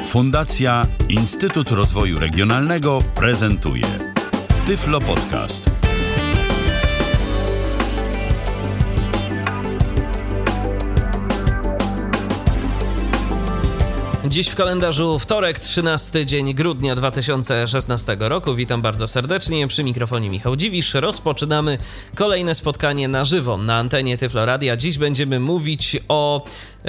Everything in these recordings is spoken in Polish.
Fundacja Instytut Rozwoju Regionalnego prezentuje Tyflo Podcast. Dziś w kalendarzu wtorek, 13 dzień grudnia 2016 roku. Witam bardzo serdecznie. Przy mikrofonie Michał Dziwisz. Rozpoczynamy kolejne spotkanie na żywo na antenie Tyflo Radia. Dziś będziemy mówić o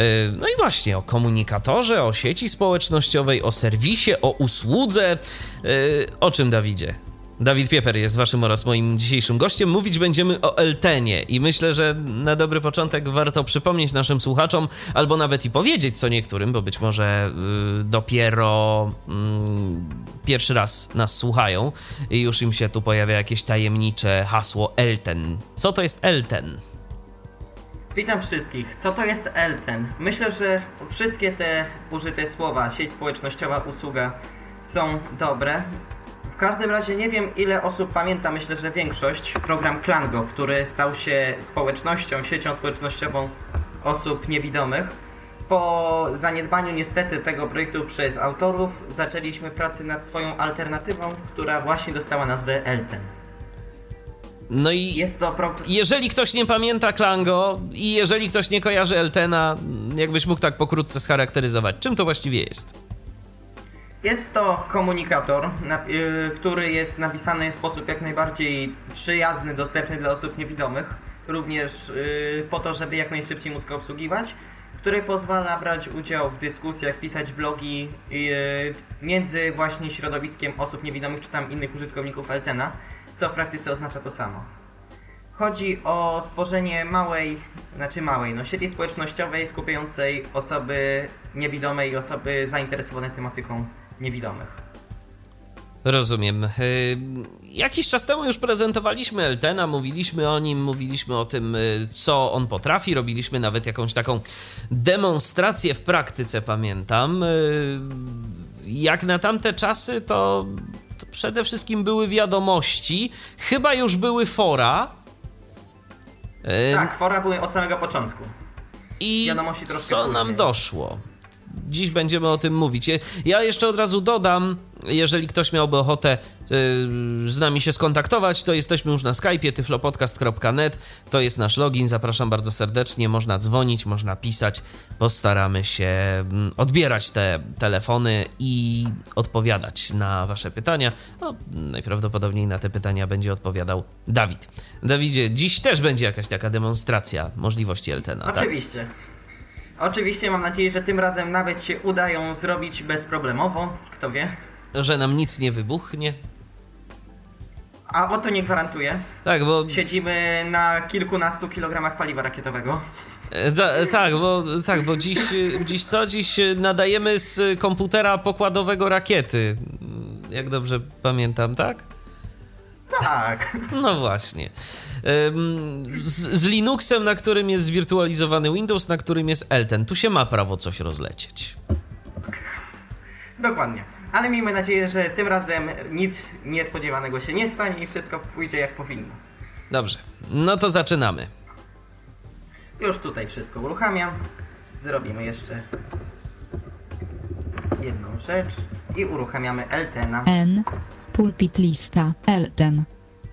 komunikatorze, o sieci społecznościowej, o serwisie, o usłudze. O czym, Dawidzie? Dawid Pieper jest waszym oraz moim dzisiejszym gościem. Mówić będziemy o Eltenie i myślę, że na dobry początek warto przypomnieć naszym słuchaczom, albo nawet i powiedzieć co niektórym, bo być może dopiero pierwszy raz nas słuchają i już im się tu pojawia jakieś tajemnicze hasło Elten. Co to jest Elten? Witam wszystkich. Co to jest Elten? Myślę, że wszystkie te użyte słowa, sieć społecznościowa, usługa są dobre. W każdym razie nie wiem, ile osób pamięta, myślę, że większość, program Klango, który stał się siecią społecznościową osób niewidomych. Po zaniedbaniu niestety tego projektu przez autorów zaczęliśmy pracę nad swoją alternatywą, która właśnie dostała nazwę Elten. No i jeżeli ktoś nie pamięta Klango i jeżeli ktoś nie kojarzy Eltena, jakbyś mógł tak pokrótce scharakteryzować, czym to właściwie jest? Jest to komunikator, który jest napisany w sposób jak najbardziej przyjazny, dostępny dla osób niewidomych, również po to, żeby jak najszybciej móc go obsługiwać, który pozwala brać udział w dyskusjach, pisać blogi między właśnie środowiskiem osób niewidomych czy tam innych użytkowników Eltena, co w praktyce oznacza to samo. Chodzi o stworzenie sieci społecznościowej skupiającej osoby niewidome i osoby zainteresowane tematyką niewidomych. Rozumiem. Jakiś czas temu już prezentowaliśmy Eltena, mówiliśmy o nim, mówiliśmy o tym, co on potrafi, robiliśmy nawet jakąś taką demonstrację w praktyce, pamiętam. Jak na tamte czasy, to przede wszystkim były wiadomości, chyba już były fora. Tak, fora były od samego początku. I wiadomości troszkę co później nam doszło? Dziś będziemy o tym mówić. Ja jeszcze od razu dodam, jeżeli ktoś miałby ochotę z nami się skontaktować, to jesteśmy już na Skype'ie, tyflopodcast.net, to jest nasz login, zapraszam bardzo serdecznie, można dzwonić, można pisać, postaramy się odbierać te telefony i odpowiadać na wasze pytania. No, najprawdopodobniej na te pytania będzie odpowiadał Dawid. Dawidzie, dziś też będzie jakaś taka demonstracja możliwości Eltena, Oczywiście. Tak? Oczywiście, mam nadzieję, że tym razem nawet się uda ją zrobić bezproblemowo, kto wie. Że nam nic nie wybuchnie. A o to nie gwarantuję. Tak, bo siedzimy na kilkunastu kilogramach paliwa rakietowego. Bo dziś nadajemy z komputera pokładowego rakiety. Jak dobrze pamiętam, tak? Tak. No właśnie. Z Linuxem, na którym jest zwirtualizowany Windows, na którym jest Elten. Tu się ma prawo coś rozlecieć. Dokładnie. Ale miejmy nadzieję, że tym razem nic niespodziewanego się nie stanie i wszystko pójdzie jak powinno. Dobrze. No to zaczynamy. Już tutaj wszystko uruchamiam. Zrobimy jeszcze jedną rzecz i uruchamiamy Eltena. Pulpit lista Elten.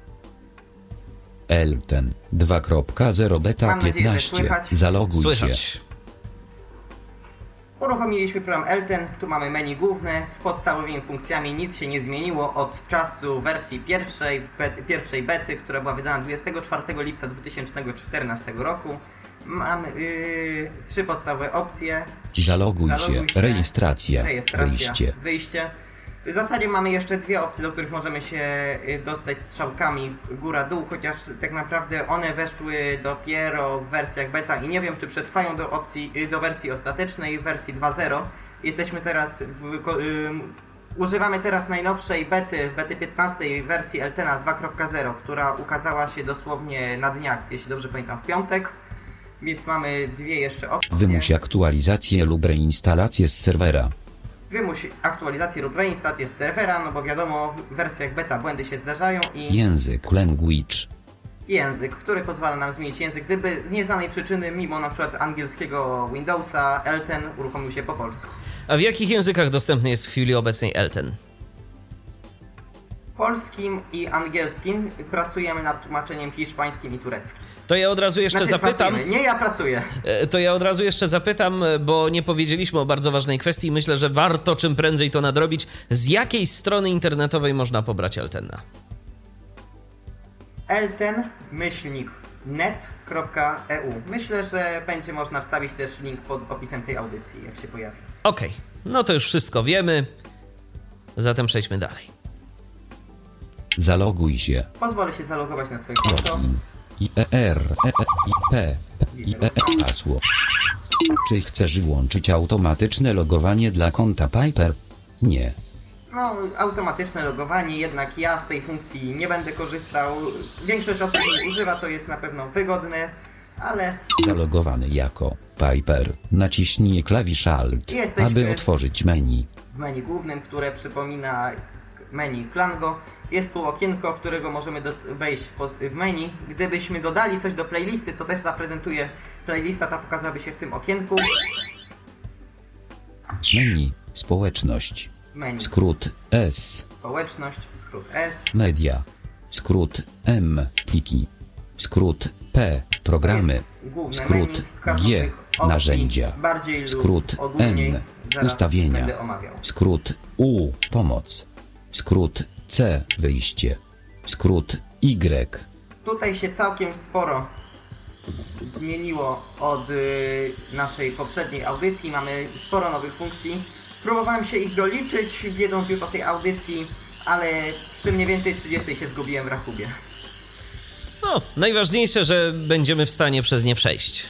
Elten 2.0 beta 15. Zaloguj słychać się. Uruchomiliśmy program Elten. Tu mamy menu główne z podstawowymi funkcjami. Nic się nie zmieniło od czasu wersji pierwszej bety, która była wydana 24 lipca 2014 roku. Mamy 3 podstawowe opcje. Zaloguj się. Rejestracja. Wyjście. W zasadzie mamy jeszcze 2 opcje, do których możemy się dostać strzałkami góra-dół, chociaż tak naprawdę one weszły dopiero w wersjach beta i nie wiem, czy przetrwają do wersji ostatecznej, wersji 2.0. Jesteśmy teraz używamy teraz najnowszej bety 15 wersji Eltena 2.0, która ukazała się dosłownie na dniach, jeśli dobrze pamiętam, w piątek. Więc mamy 2 jeszcze opcje. Wymuś aktualizację lub reinstalację z serwera. Wymusi aktualizację lub reinstalację z serwera, no bo wiadomo, w wersjach beta błędy się zdarzają i... Język language. język, który pozwala nam zmienić język, gdyby z nieznanej przyczyny, mimo na przykład angielskiego Windowsa, Elten uruchomił się po polsku. A w jakich językach dostępny jest w chwili obecnej Elten? Polskim i angielskim, pracujemy nad tłumaczeniem hiszpańskim i tureckim. To ja od razu jeszcze zapytam. Pracujemy. Nie, ja pracuję. To ja od razu jeszcze zapytam, bo nie powiedzieliśmy o bardzo ważnej kwestii. Myślę, że warto czym prędzej to nadrobić. Z jakiej strony internetowej można pobrać Eltena? elten-net.eu. Myślę, że będzie można wstawić też link pod opisem tej audycji, jak się pojawi. Okej, no to już wszystko wiemy. Zatem przejdźmy dalej. Zaloguj się. Pozwolę się zalogować na swoje konto. Login. Hasło. Czy chcesz włączyć automatyczne logowanie dla konta Piper? Nie. No, automatyczne logowanie, jednak ja z tej funkcji nie będę korzystał. Większość osób nie używa, to jest na pewno wygodne, ale... Zalogowany jako Piper. Naciśnij klawisz Alt, aby otworzyć menu. W menu głównym, które przypomina menu Klango. Jest tu okienko, którego możemy wejść w menu. Gdybyśmy dodali coś do playlisty, co też zaprezentuje playlista, ta pokazałaby się w tym okienku. Menu. Społeczność. Menu. Skrót S. Społeczność. Skrót S. Media. Skrót M. Pliki. Skrót P. Programy. Skrót G. Narzędzia. Skrót N. Ustawienia. Skrót U. Pomoc. Skrót C. Wyjście. Skrót Y. Tutaj się całkiem sporo zmieniło od naszej poprzedniej audycji. Mamy sporo nowych funkcji. Próbowałem się ich doliczyć, wiedząc już o tej audycji, ale przy mniej więcej 30 się zgubiłem w rachubie. No, najważniejsze, że będziemy w stanie przez nie przejść.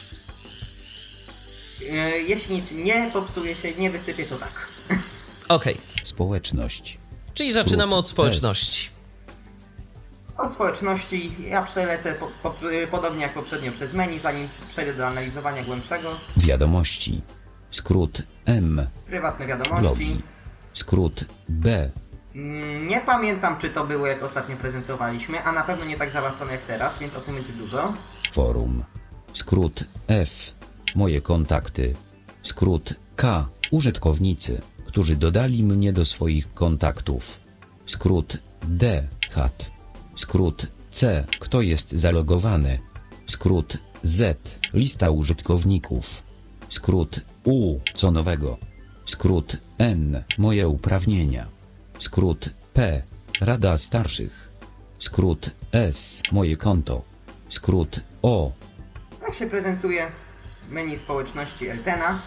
Jeśli nic nie popsuje się, nie wysypie, to tak. Okej. Społeczność. Czyli zaczynamy od społeczności. Od społeczności ja przelecę podobnie jak poprzednio przez menu, zanim przejdę do analizowania głębszego. Wiadomości. Skrót M. Prywatne wiadomości. Blogi. Skrót B. Nie pamiętam, czy to było, jak ostatnio prezentowaliśmy, a na pewno nie tak zaawansowane jak teraz, więc o tym będzie dużo. Forum. Skrót F. Moje kontakty. Skrót K. Użytkownicy, którzy dodali mnie do swoich kontaktów. Skrót D. Chat. Skrót C. Kto jest zalogowany. Skrót Z. Lista użytkowników. Skrót U. Co nowego. Skrót N. Moje uprawnienia. Skrót P. Rada starszych. Skrót S. Moje konto. Skrót O. Tak się prezentuje menu społeczności Eltena.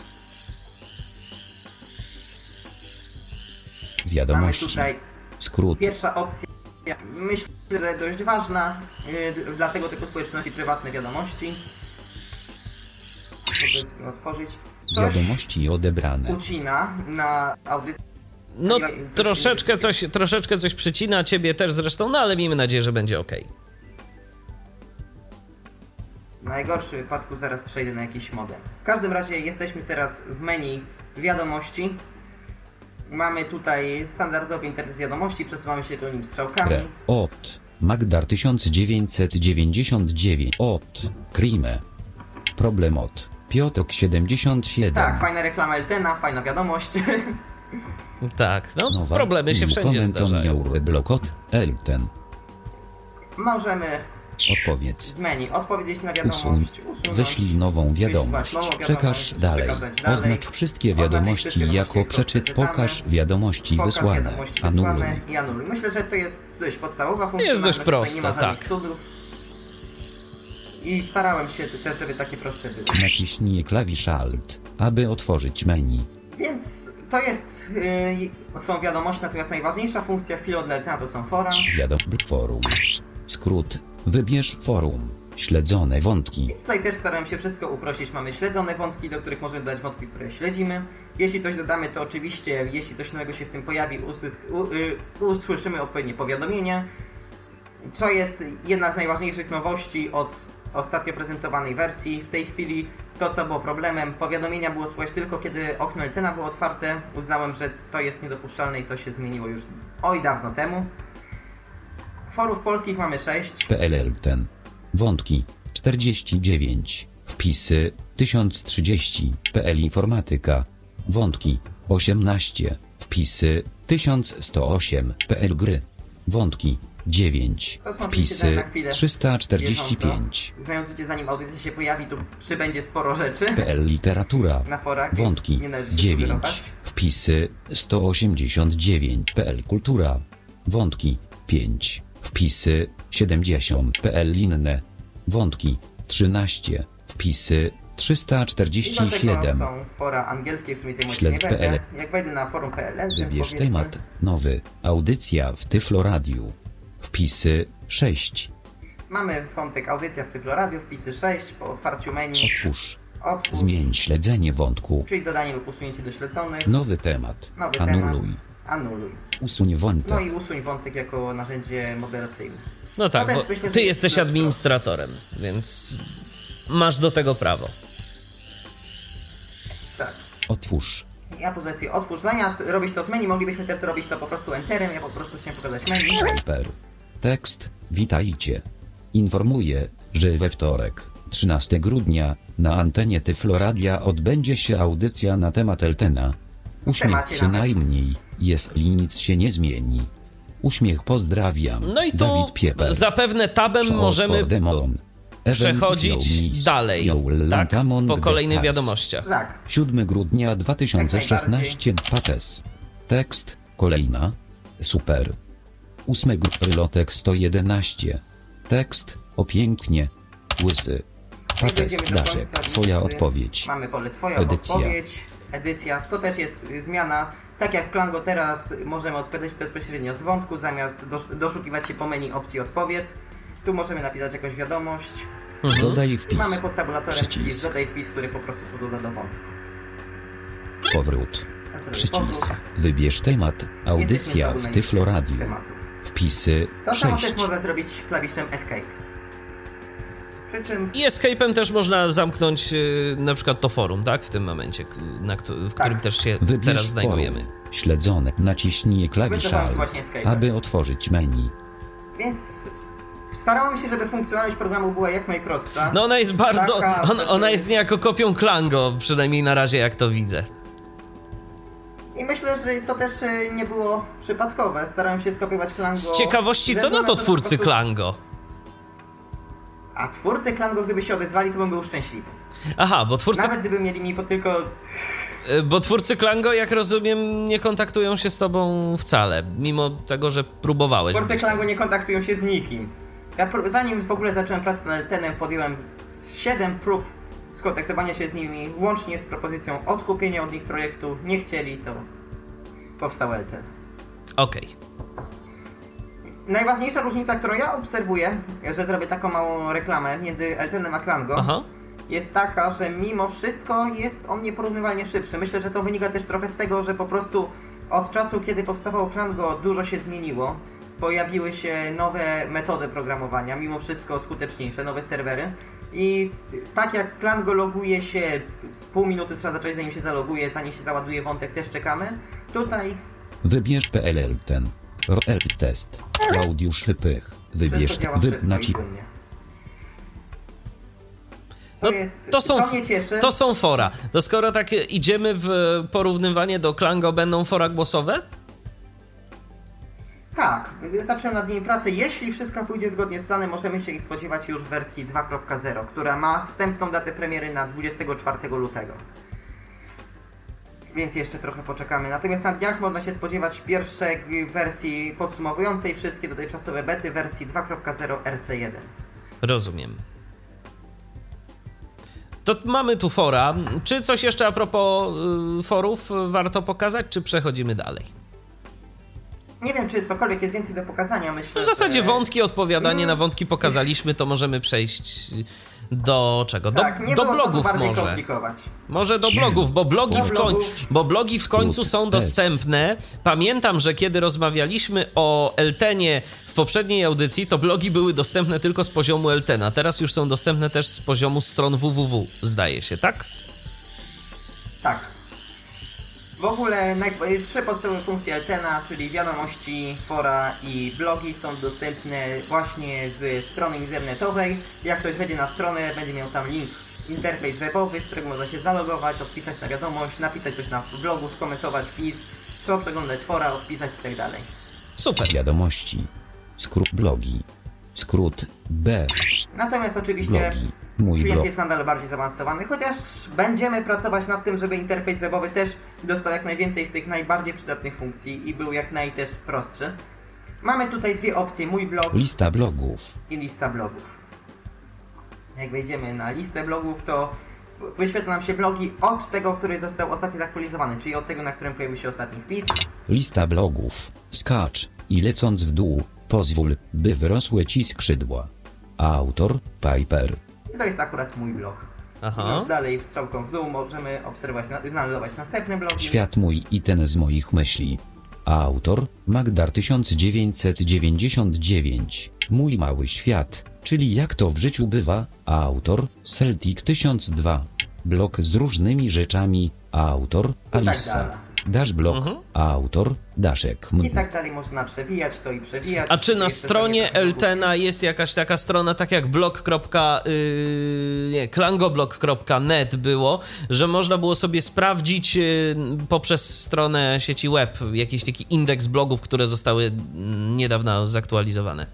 Wiadomości. Mamy tutaj skrót. Pierwsza opcja, myślę, że dość ważna dla tego typu społeczności, prywatne wiadomości. Otworzyć. Wiadomości odebrane. Ucina na audycji. No troszeczkę coś przycina, ciebie też zresztą, no ale miejmy nadzieję, że będzie ok. W najgorszym wypadku zaraz przejdę na jakiś modem. W każdym razie jesteśmy teraz w menu wiadomości. Mamy tutaj standardowy interfejs wiadomości, przesuwamy się do nim strzałkami. Opt. Magdar 1999. Opt. Krime. Problem od. Piotrek 77. Tak, fajna reklama Eltena, fajna wiadomość. Tak, no Nowa, problemy się wszędzie zdarzają. Blokot Elten. Możemy Odpowiedz. z menu odpowiedzieć na wiadomość. Usuń. Wyślij nową wiadomość. Przekaż dalej. Oznacz wszystkie wiadomości jako przeczyt. Pokaż wiadomości wysłane. Anuluj. I anuluj. Myślę, że to jest dość podstawowa funkcja. Jest dość prosta, nie ma tak. cudów. I starałem się też, żeby takie proste były. Naciśnij klawisz Alt, aby otworzyć menu. Więc to jest, są wiadomości, natomiast najważniejsza funkcja w chwili od Eltena to są fora. Forum. Skrót. Wybierz forum. Śledzone wątki. Tutaj też starałem się wszystko uprościć. Mamy śledzone wątki, do których możemy dodać wątki, które śledzimy. Jeśli coś dodamy, to oczywiście, jeśli coś nowego się w tym pojawi, usłyszymy odpowiednie powiadomienie. Co jest jedna z najważniejszych nowości od ostatnio prezentowanej wersji. W tej chwili to, co było problemem, powiadomienia było słychać tylko kiedy okno Eltena było otwarte. Uznałem, że to jest niedopuszczalne i to się zmieniło już dawno temu. Forów polskich mamy 6. PLLTen. Wątki 49. Wpisy 1030. PL Informatyka. Wątki 18. Wpisy 1108. PL Gry. Wątki 9. Wpisy 345. Znając życie, zanim audycja się pojawi, tu przybędzie sporo rzeczy. PL Literatura. Na forach, Wątki 9. Wpisy 189. PL Kultura. Wątki 5. Wpisy 70. PL Inne. Wątki 13. Wpisy 347. Są fora angielskie, którymi zajmuję się Śledź nie będę. PL. Jak wejdę na forum PLN, Wybierz temat. Nowy. Audycja w Tyflo Radiu. Wpisy 6. Mamy wątek audycja w Tyflo Radio, wpisy 6. Po otwarciu menu Otwórz. otwórz, Zmień śledzenie wątku. czyli dodanie lub usunięcie do śledzonych. Nowy temat. Nowy Anuluj. temat. Anuluj. Usuń wątek. No i usuń wątek jako narzędzie moderacyjne. No tak, też bo myślę, że ty jest jesteś dość administratorem, więc masz do tego prawo. Tak. Otwórz. Ja pozwolę sobie otwórz. Zamiast robić to z menu, moglibyśmy też to robić to po prostu enterem. Ja po prostu chciałem pokazać menu. Hyper. Tekst. Witajcie. Informuję, że we wtorek, 13 grudnia, na antenie Tyflo Radia odbędzie się audycja na temat Eltena. Uśmiech Temacie przynajmniej, jeśli nic się nie zmieni. Uśmiech pozdrawiam. No i tu Dawid Pieper. zapewne tabem możemy przechodzić dalej, tak? Po kolejnych wiadomościach. Tak. 7 grudnia 2016. Pates. Tekst. Kolejna. Super. 8 grudnia lotek 111. Tekst. O pięknie. Łysy. Pates. Będziemy do Daszek. końca Twoja listy. odpowiedź. Mamy pole twoja Edycja. odpowiedź. Edycja. To też jest zmiana. Tak jak w Klango teraz możemy odpowiadać bezpośrednio z wątku, zamiast doszukiwać się po menu opcji odpowiedz. Tu możemy napisać jakąś wiadomość. Dodaj wpis. Mamy pod tabulatorem Przycisk. wpis, dodaj wpis, który po prostu tu doda do wątku. Powrót. Przycisk. Powrót. Wybierz temat. Audycja w Tyflo Radiu. Tematu. Wpisy To samo 6. też można zrobić klawiszem Escape. Przy czym I escape'em też można zamknąć na przykład to forum, tak? W tym momencie, w którym też się Wybierz teraz znajdujemy. forum. Śledzone. Naciśnij klawisz Wybrałem Alt, właśnie Escape'a. aby otworzyć menu. Więc starałem się, żeby funkcjonalność programu była jak najprostsza. No ona jest bardzo, Taka, ona jest niejako kopią Klango, przynajmniej na razie jak to widzę. I myślę, że to też nie było przypadkowe. Starałem się skopiować Klango. Z ciekawości, co na to twórcy Klango? A twórcy Klango, gdyby się odezwali, to bym był szczęśliwy. Aha, bo twórcy... Nawet gdyby mieli mi tylko... Bo twórcy Klango, jak rozumiem, nie kontaktują się z tobą wcale, mimo tego, że próbowałeś. Twórcy Klango nie kontaktują się z nikim. Ja zanim w ogóle zacząłem pracę nad Eltenem, podjąłem 7 prób skontaktowania się z nimi, łącznie z propozycją odkupienia od nich projektu. Nie chcieli, to powstał Elten. Okej. Najważniejsza różnica, którą ja obserwuję, że zrobię taką małą reklamę między Eltenem a Klango, Aha. jest taka, że mimo wszystko jest on nieporównywalnie szybszy. Myślę, że to wynika też trochę z tego, że po prostu od czasu, kiedy powstawało Klango, dużo się zmieniło. Pojawiły się nowe metody programowania, mimo wszystko skuteczniejsze, nowe serwery. I tak jak Klango loguje się, z pół minuty trzeba zacząć, zanim się zaloguje, zanim się załaduje wątek, też czekamy. Tutaj Wybierz PLL ten. RL test. Klaudiusz Wypych. Wybierz wszystko działa szybko i nacisk. płynnie. No, Co mnie cieszy, to są fora. To skoro tak idziemy w porównywanie do Klango, będą fora głosowe? tak, zacząłem nad nimi pracę. Jeśli wszystko pójdzie zgodnie z planem, możemy się ich spodziewać już w wersji 2.0, która ma wstępną datę premiery na 24 lutego. Więc jeszcze trochę poczekamy. Natomiast na dniach można się spodziewać pierwszej wersji podsumowującej wszystkie dotychczasowe bety wersji 2.0 RC1. Rozumiem. To mamy tu fora. Czy coś jeszcze a propos forów warto pokazać, czy przechodzimy dalej? Nie wiem, czy cokolwiek jest więcej do pokazania, myślę. W zasadzie że... wątki, odpowiadanie na wątki pokazaliśmy, to możemy przejść do czego? Tak, nie do było co tu blogów bardziej może. komplikować. Może do blogów, bo blogi w końcu są dostępne. Pamiętam, że kiedy rozmawialiśmy o Eltenie w poprzedniej audycji, to blogi były dostępne tylko z poziomu Eltena. Teraz już są dostępne też z poziomu stron www, zdaje się, tak? Tak. W ogóle 3 podstawowe funkcje Eltena, czyli wiadomości, fora i blogi są dostępne właśnie z strony internetowej. Jak ktoś wejdzie na stronę, będzie miał tam link, interfejs webowy, z którego można się zalogować, odpisać na wiadomość, napisać coś na blogu, skomentować wpis, trzeba przeglądać fora, odpisać i tak dalej. Super. Wiadomości. Skrót blogi. Skrót B. Natomiast oczywiście Blogi. Mój klient blog. jest nadal bardziej zaawansowany, chociaż będziemy pracować nad tym, żeby interfejs webowy też dostał jak najwięcej z tych najbardziej przydatnych funkcji i był jak też prostszy. Mamy tutaj 2 opcje, mój blog Lista blogów. i lista blogów. Jak wejdziemy na listę blogów, to wyświetla nam się blogi od tego, który został ostatnio zaktualizowany, czyli od tego, na którym pojawił się ostatni wpis. Lista blogów. Skacz i lecąc w dół, pozwól, by wyrosły ci skrzydła. Autor Piper. I to jest akurat mój blog. Aha. Idąc dalej strzałką w dół możemy znajdować następne blogi. Świat mój i ten z moich myśli. Autor Magdar 1999. Mój mały świat, czyli jak to w życiu bywa. Autor Celtic 1002. Blog z różnymi rzeczami. Autor Alisa. dalej. Dashblog. Autor Daszek. I tak dalej można przewijać to i przewijać. A czy na Jest stronie to sobie Eltena jest jakaś taka strona, tak jak klangoblog.net było, że można było sobie sprawdzić poprzez stronę sieci web jakiś taki indeks blogów, które zostały niedawno zaktualizowane?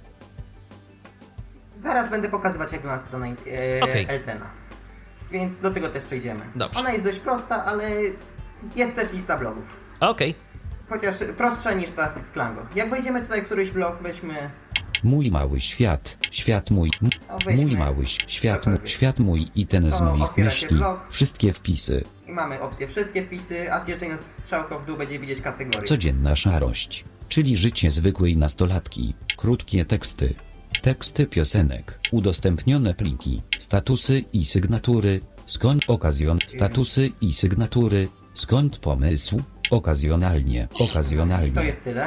Zaraz będę pokazywać, jak wygląda strona Okej. Eltena. Więc do tego też przejdziemy. Dobrze. Ona jest dość prosta, ale jest też lista blogów. Okej. Chociaż prostsza niż ta z Klango. Jak wejdziemy tutaj w któryś blog, weźmy... Mój mały świat. Świat mój. weźmy Mój mały świat. cokolwiek. Świat mój i ten z To moich otwiera się myśli. blog. Wszystkie wpisy. I mamy opcję wszystkie wpisy, a jeżeli strzałką w dół będzie widzieć kategorię. Codzienna szarość, czyli życie zwykłej nastolatki, krótkie teksty, teksty piosenek, udostępnione pliki, statusy i sygnatury, skąd statusy i sygnatury, skąd pomysł, okazjonalnie, To jest tyle.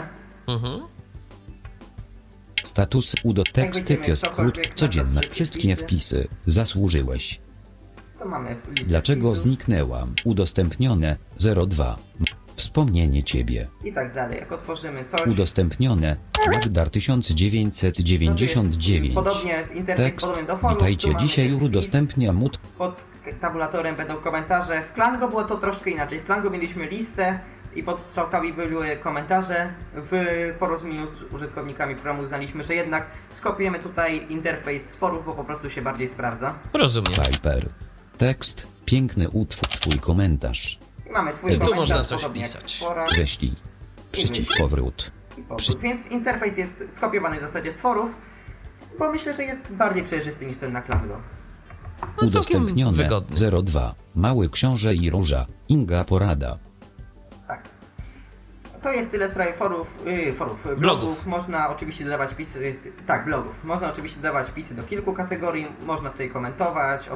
statusy, teksty będziemy piosenek, cokolwiek na codzienna, to wszystkie wpisy, zasłużyłeś. To mamy listę Dlaczego wpisów zniknęłam, udostępnione, 02, wspomnienie ciebie. i tak dalej. Jak otworzymy coś... Udostępnione. Magdar 1999. Podobnie interfejs Tekst. podobny do forów. Witajcie, Tu mamy dzisiaj wpis. udostępnia mut. Pod tabulatorem będą komentarze. W Klango było to troszkę inaczej. W Klango mieliśmy listę i pod strzałkami były komentarze. W porozumieniu z użytkownikami programu uznaliśmy, że jednak skopiujemy tutaj interfejs z forów, bo po prostu się bardziej sprawdza. Rozumiem. Piper. Tekst. Piękny utwór. Twój komentarz. I mamy twój Tu komentarz, można coś podobnie jak pisać. w forach. Prześlij. Przycisk powrót. I powrót. Więc interfejs jest skopiowany w zasadzie z forów, bo myślę, że jest bardziej przejrzysty niż ten na Klango. No, całkiem Udostępnione. wygodny. 02. Mały książę i róża. Inga Porada. Tak. To jest tyle w sprawie blogów. Można oczywiście dodawać wpisy, blogów. Można oczywiście dodawać wpisy do kilku kategorii, można tutaj komentować,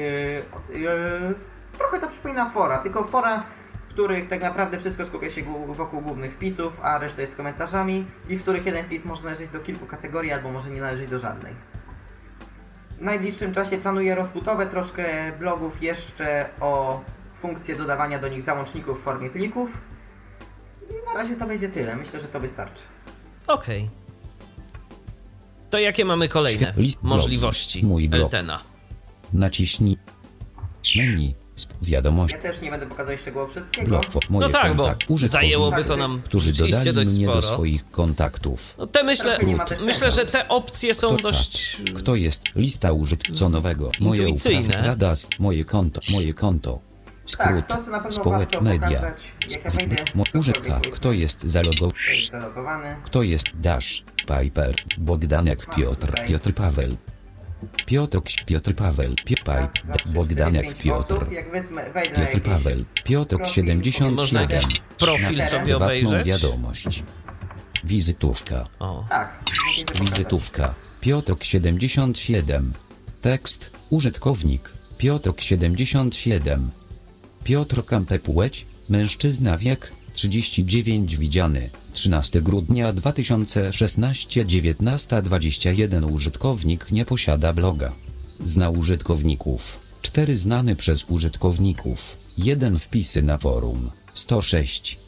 trochę to przypomina fora, tylko fora, w których tak naprawdę wszystko skupia się wokół głównych wpisów, a reszta jest komentarzami i w których jeden wpis może należeć do kilku kategorii, albo może nie należeć do żadnej. W najbliższym czasie planuję rozbudować troszkę blogów jeszcze o funkcję dodawania do nich załączników w formie plików. I na razie to będzie tyle. Myślę, że to wystarczy. Okej. To jakie mamy kolejne List blogi. możliwości Mój blog. Eltena? Naciśnij menu. Wiadomość. Ja też nie będę pokazać szczegółów wszystkiego. Blog. Moje No tak, bo użytkownicy, zajęłoby to nam którzy rzeczywiście dodali dość mnie do sporo. swoich kontaktów. No te Nie ma też myślę, że te opcje są Kto dość... Kto jest? Lista użytkownika nowego. Moje Intuicyjne. uprawy, radas, moje konto. Skrót. Tak, to co na pewno Społecz warto media. pokazać, jak ja wejdę Użytka. Kto jest zalogowany. Kto jest Dash, Piper, Bogdanek, Piotr, tutaj. Piotr Paweł. Piotr Paweł, Bogdanek, Piotr. Sposób, jak wejdę na Piotr jakiś Paweł, Piotr profil, 77. Można jakiś profil Na sobie Prywatną obejrzeć? wiadomość. Wizytówka. O. Tak. Wizytówka. Piotr 77. Tekst. Użytkownik. Piotr 77. Piotr Kampę płeć. Mężczyzna wiek. 39 widziany. 13 grudnia 2016 19:21. Użytkownik nie posiada bloga. Zna użytkowników. 4 znany przez użytkowników. 1 wpisy na forum. 106.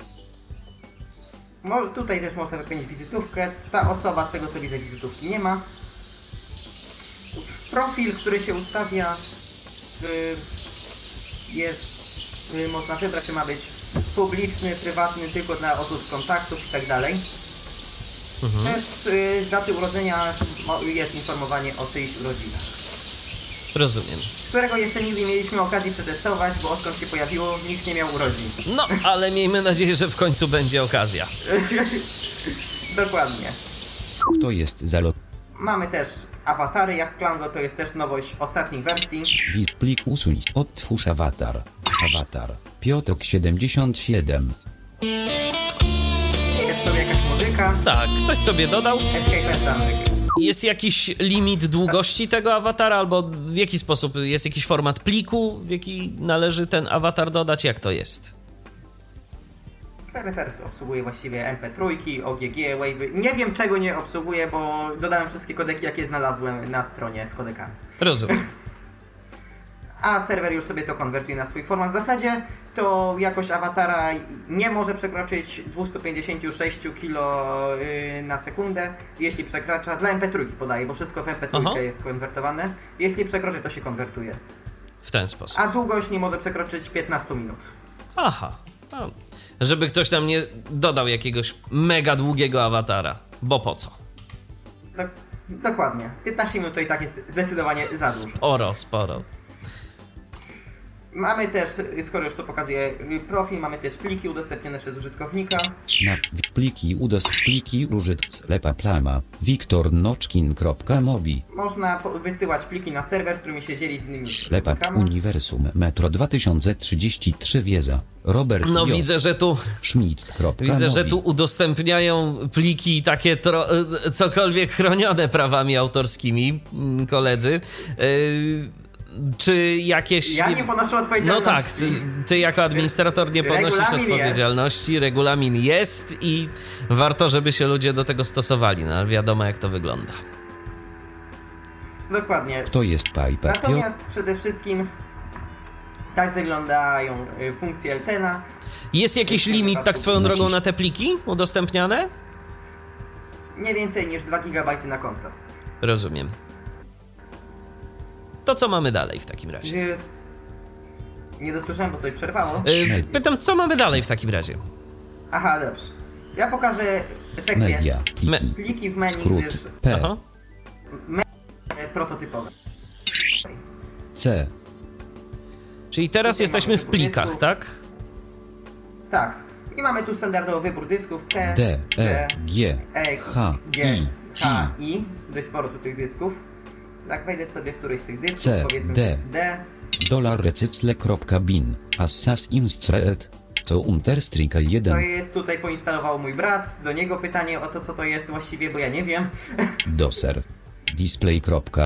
Tutaj też można wypełnić wizytówkę. Ta osoba, z tego co widzę, wizytówki nie ma. Profil, który się ustawia, można wybrać, czy ma być publiczny, prywatny, tylko dla osób z kontaktów i tak dalej. Też z daty urodzenia jest informowanie o tychś urodzinach. Rozumiem. Którego jeszcze nigdy nie mieliśmy okazji przetestować, bo odkąd się pojawiło, nikt nie miał urodzin. No, ale miejmy nadzieję, że w końcu będzie okazja. Dokładnie. Kto jest za lot? Mamy też awatary jak Klango, to jest też nowość ostatnich wersji. Plik usuń. Otwórz awatar. Awatar. Piotrek 77. Jest sobie jakaś muzyka. Tak, ktoś sobie dodał. Escape and Soundtrack. Jest jakiś limit długości tego awatara, albo w jaki sposób? Jest jakiś format pliku, w jaki należy ten awatar dodać? Jak to jest? Serwer obsługuje właściwie MP3, OGG, Wave'y. Nie wiem czego nie obsługuje, bo dodałem wszystkie kodeki, jakie znalazłem na stronie z kodekami. Rozumiem. A serwer już sobie to konwertuje na swój format. W zasadzie to jakość awatara nie może przekroczyć 256 kilo na sekundę. Jeśli przekracza, dla MP3 podaję, bo wszystko w MP3 jest konwertowane. Jeśli przekroczy, to się konwertuje. W ten sposób. A długość nie może przekroczyć 15 minut. Aha. No, żeby ktoś tam nie dodał jakiegoś mega długiego awatara. Bo po co? Dokładnie. 15 minut to i tak jest zdecydowanie za dużo. Sporo. Mamy też, skoro już to pokazuję profil, mamy też pliki udostępnione przez użytkownika. Na pliki użyt sklepa plama wiktornoczkin.mobi. Można wysyłać pliki na serwer, którymi się dzieli z innymi Sklepa użytkownikami. Uniwersum Metro 2033 Wiedza. Robert No J. widzę, że tu udostępniają pliki takie cokolwiek chronione prawami autorskimi koledzy. Czy jakieś... Ja nie ponoszę odpowiedzialności. No tak, ty jako administrator nie ponosisz odpowiedzialności. Jest. Regulamin jest i warto, żeby się ludzie do tego stosowali, no ale wiadomo jak to wygląda. Dokładnie. To jest Piper. Natomiast przede wszystkim tak wyglądają funkcje Eltena. Jest jakiś limit, tak swoją drogą, na te pliki udostępniane? Nie więcej niż 2 GB na konto. Rozumiem. To co mamy dalej w takim razie? Nie dosłyszałem, bo tutaj przerwało. Pytam, co mamy dalej w takim razie? Aha, dobrze. Ja pokażę sekcję. Media, pliki w menu. skrót P. Prototypowe. C. Czyli teraz jesteśmy w plikach, tak? Tak. I mamy tu standardowy wybór dysków C, D, E, G, H, I. Dość sporo tu tych dysków. Tak, wejdę sobie w któryś z tych dysków, C, powiedzmy D. D. $recycle.bin Assassin's Creed co Unterstrike 1. To jest tutaj poinstalował mój brat. Do niego pytanie o to, co to jest właściwie, bo ja nie wiem. Doser. Display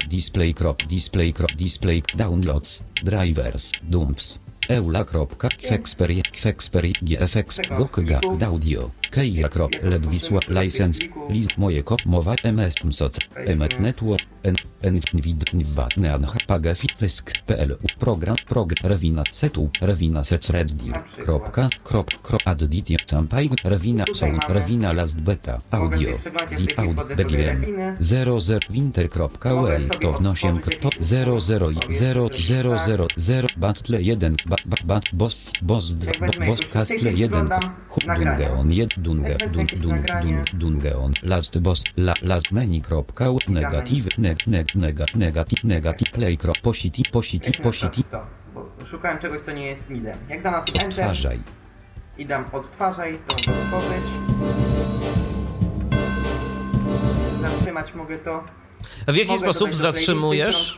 downloads, drivers, dumps, eula.kwexperi, gfx, gokga, audio, keir.led wisła, license, list moje kop, mowa, ms, msoc, emet network, nwid, neanha, pagafi, wysk.pl, program, rewina, setu, rewina, secreddir, additio, campaj, rewina, sound, rewina, last beta, audio, di, aud, begiem, 00, winter.way, to wnosiem, to 00000, batle 1, boss 2, boss castle 1, dungeon 1, dungeon, last boss, last menu.u, negative, negative, play, positive. Szukałem czegoś, co nie jest midem. Jak dam na tu enter odtwarzaj i dam odtwarzaj, to mogę otworzyć. Zatrzymać mogę to. A w jaki sposób zatrzymujesz?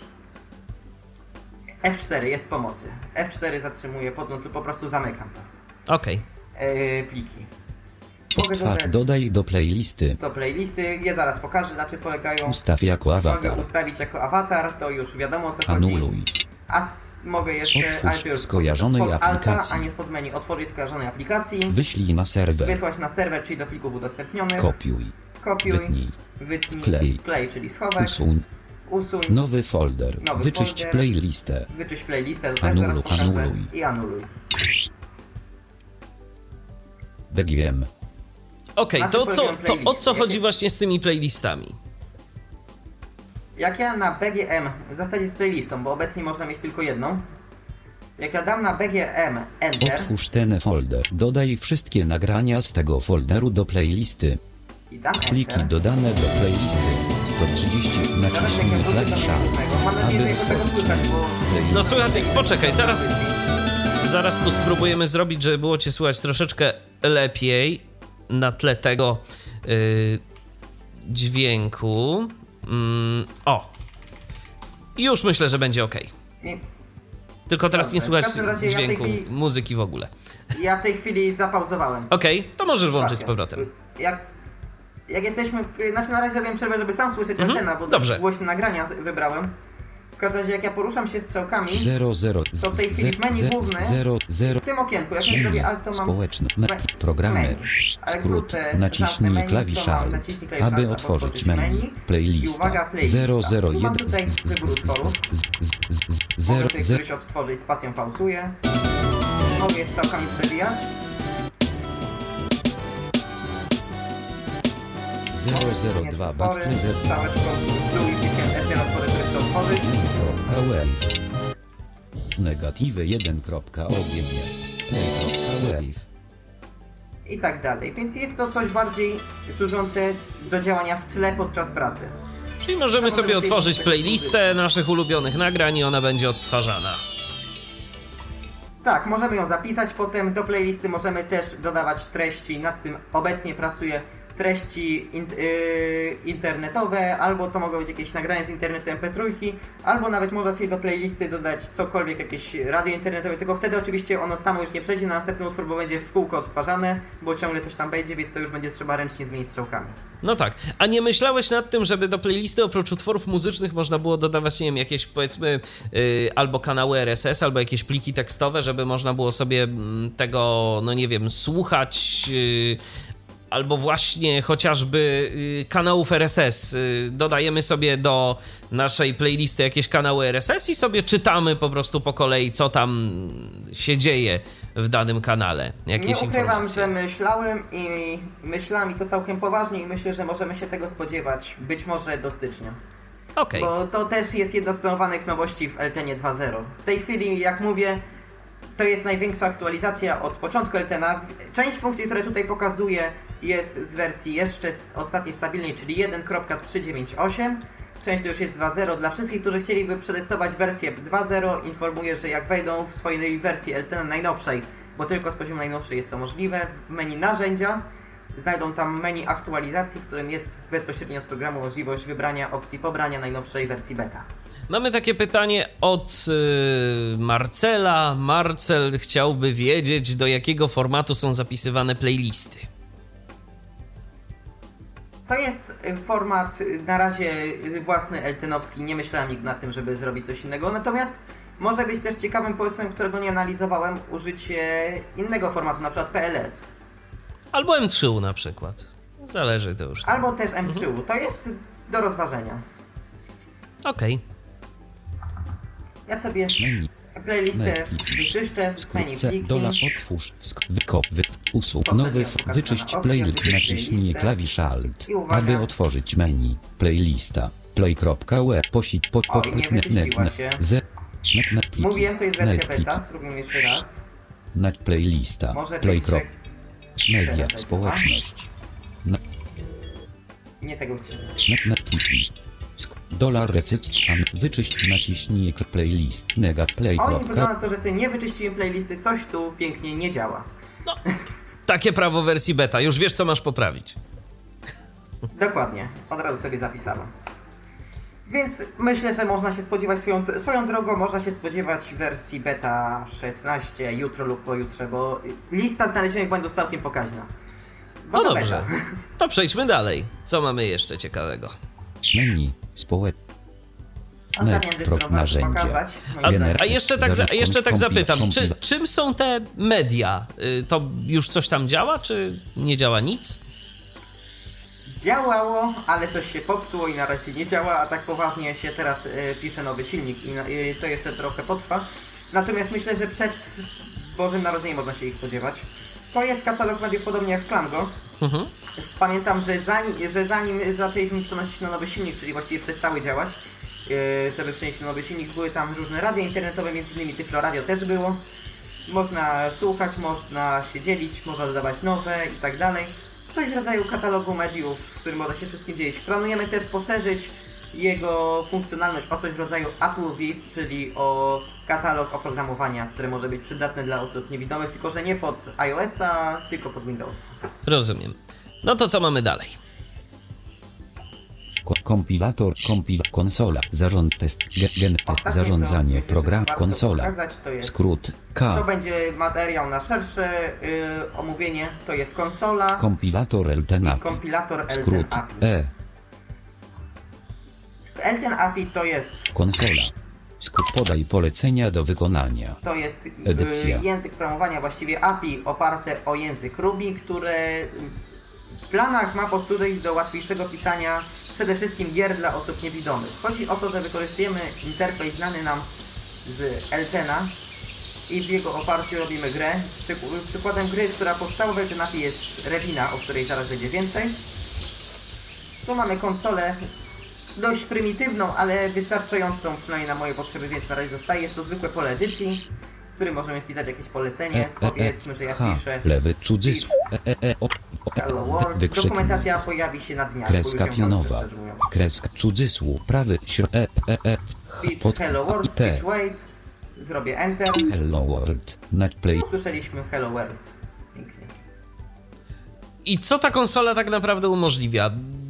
F4 jest pomocy. F4 zatrzymuję podgląd, tu po prostu zamykam to. Okej. Pliki. Dodaj do playlisty. Ja zaraz pokażę, na czym polegają. Ustaw jako awatar. Mogę ustawić jako awatar, to już wiadomo o co chodzi. Anuluj. Mogę jeszcze otwórz skojarzonej aplikacji. A nie spod menu otworzyć skojarzonej aplikacji. Wyślij na serwer. Wysłać na serwer, czyli do plików udostępnionych. Kopiuj. Wytnij. Play, czyli schowek. Usuń. Nowy folder. Wyczyść playlistę. Wyczyść playlistę, to też zaraz pokażę. I anuluj. BGM. Okej, to o co chodzi właśnie z tymi playlistami? Jak ja na BGM, w zasadzie z playlistą, bo obecnie można mieć tylko jedną. Jak ja dam na BGM Enter... Otwórz ten folder. Dodaj wszystkie nagrania z tego folderu do playlisty. I dam Enter. Pliki dodane do playlisty. 130 naciśnij klawisz Alt, Mam nadzieję, że aby jego tego otworzyć słychać, bo... No słuchaj, poczekaj, zaraz tu spróbujemy zrobić, żeby było cię słychać troszeczkę lepiej na tle tego dźwięku. Już myślę, że będzie ok. Tylko teraz nie słychać dźwięku, muzyki w ogóle. Ja w tej chwili zapauzowałem. Okej, to możesz włączyć z powrotem. Jak jesteśmy... Znaczy na razie zrobiłem przerwę, żeby sam słyszeć antena, bo dobrze. Głośne nagrania wybrałem. W każdym razie jak ja poruszam się strzałkami, to w tej chwili w meni głównym, w tym okienku, jak ja zrobię Alt, to mam społeczne programy. Skrót, naciśnij klawisz Alt, aby otworzyć menu. Playlista 001. Mam tutaj wybór utworów. Mogę sobie któryś odtworzyć, spacją pauzuję. Mogę je strzałkami przewijać. 002 Battle Z. Strzałeczką i wciskiem F1 otwory, który chcę otworzyć. Wave. Negatywy 1.ogg. Wave. I tak dalej. Więc jest to coś bardziej służące do działania w tle podczas pracy. Czyli możemy sobie otworzyć playlistę naszych ulubionych nagrań i ona będzie odtwarzana. Tak, możemy ją zapisać potem do playlisty, możemy też dodawać treści, nad tym obecnie pracuję, treści internetowe, albo to mogą być jakieś nagrania z internetu MP3, albo nawet można sobie do playlisty dodać cokolwiek, jakieś radio internetowe, tylko wtedy oczywiście ono samo już nie przejdzie na następny utwór, bo będzie w kółko odtwarzane, bo ciągle coś tam będzie, więc to już będzie trzeba ręcznie zmienić strzałkami. No tak, a nie myślałeś nad tym, żeby do playlisty oprócz utworów muzycznych można było dodawać, nie wiem, jakieś powiedzmy albo kanały RSS, albo jakieś pliki tekstowe, żeby można było sobie tego, no nie wiem, słuchać... Albo właśnie chociażby kanałów RSS. Dodajemy sobie do naszej playlisty jakieś kanały RSS i sobie czytamy po prostu po kolei, co tam się dzieje w danym kanale. Jakieś nie ukrywam, informacje. że myślałem i to całkiem poważnie i myślę, że możemy się tego spodziewać być może do stycznia. Okej. Bo to też jest jedna z planowanych nowości w LTE 2.0. W tej chwili, jak mówię, to jest największa aktualizacja od początku LTE. Część funkcji, które tutaj pokazuję, jest z wersji jeszcze ostatniej stabilnej, czyli 1.398. Część to już jest 2.0. Dla wszystkich, którzy chcieliby przetestować wersję 2.0, informuję, że jak wejdą w swojej wersji LTE najnowszej, bo tylko z poziomu najnowszej jest to możliwe, w menu narzędzia znajdą tam menu aktualizacji, w którym jest bezpośrednio z programu możliwość wybrania opcji pobrania najnowszej wersji beta. Mamy takie pytanie od Marcela. Marcel chciałby wiedzieć, do jakiego formatu są zapisywane playlisty. To jest format na razie własny LTE-owski, nie myślałem nigdy nad tym, żeby zrobić coś innego, natomiast może być też ciekawym pomysłem, którego nie analizowałem, użycie innego formatu, na przykład PLS. Albo M3U na przykład, zależy to już. Albo też M3U, to jest do rozważenia. Okej. Ja sobie playlistę wyczyszczę, menu pliki. Otwórz, usług, nowy, wyczyść playlist, naciśnij klawisz Alt, aby otworzyć menu, playlista, play.web, Mówiłem, to jest wersja beta, spróbujmy jeszcze raz. Playlista, media, społeczność. Nie tego chciałem. Wyczyść, naciśnij playlist, play. O, i wygląda to, że sobie nie wyczyściłem playlisty, coś tu pięknie nie działa. No, takie prawo wersji beta, już wiesz, co masz poprawić. Dokładnie, od razu sobie zapisałem. Więc myślę, że można się spodziewać swoją drogą, można się spodziewać wersji beta 16 jutro lub pojutrze, bo lista znalezionych błędów całkiem pokaźna. No dobrze, to przejdźmy dalej. Co mamy jeszcze ciekawego? Menu, narzędzia. A jeszcze tak zapytam, czym są te media? To już coś tam działa, czy nie działa nic? Działało, ale coś się popsuło i na razie nie działa, a tak poważnie się teraz pisze nowy silnik i to jeszcze trochę potrwa. Natomiast myślę, że przed Bożym Narodzeniem można się ich spodziewać. To jest katalog mediów podobnie jak Klango. Pamiętam, że zanim zaczęliśmy przenosić na nowy silnik, czyli właściwie przestały działać, żeby przenieść na nowy silnik, były tam różne radia internetowe, m.in. Tyflo Radio też było. Można słuchać, można się dzielić, można dodawać nowe i tak dalej. Coś w rodzaju katalogu mediów, w którym można się wszystkim dzielić. Planujemy też poszerzyć jego funkcjonalność o coś w rodzaju Apple Viz, czyli o katalog oprogramowania, które może być przydatne dla osób niewidomych, tylko że nie pod iOS-a, tylko pod Windows. Rozumiem. No to co mamy dalej? Kompilator, konsola, zarząd test, gen test, zarządzanie, program, konsola, skrót, K. To będzie materiał na szersze omówienie, to jest konsola, kompilator LTN, kompilator skrót, E. LTN API to jest konsola. Skrót podaj polecenia do wykonania. To jest Edycja. język programowania, właściwie API oparte o język Ruby, które w planach ma posłużyć do łatwiejszego pisania przede wszystkim gier dla osób niewidomych. Chodzi o to, że wykorzystujemy interfejs znany nam z LTN-a i w jego oparciu robimy grę. Przykładem gry, która powstała w LTN API jest Revina, o której zaraz będzie więcej. Tu mamy konsolę dość prymitywną, ale wystarczającą przynajmniej na moje potrzeby, więc na razie zostaje. Jest to zwykłe pole edycji, w którym możemy wpisać jakieś polecenie. Powiedzmy, że ja piszę lewy cudzysłów, Hello World. Dokumentacja pojawi się na dniach. kreska pionowa, kreska cudzysłów, prawy Speech Hello World, speech wait. Zrobię Enter. Hello World, play. Usłyszeliśmy Hello World. Pięknie. I co ta konsola tak naprawdę umożliwia?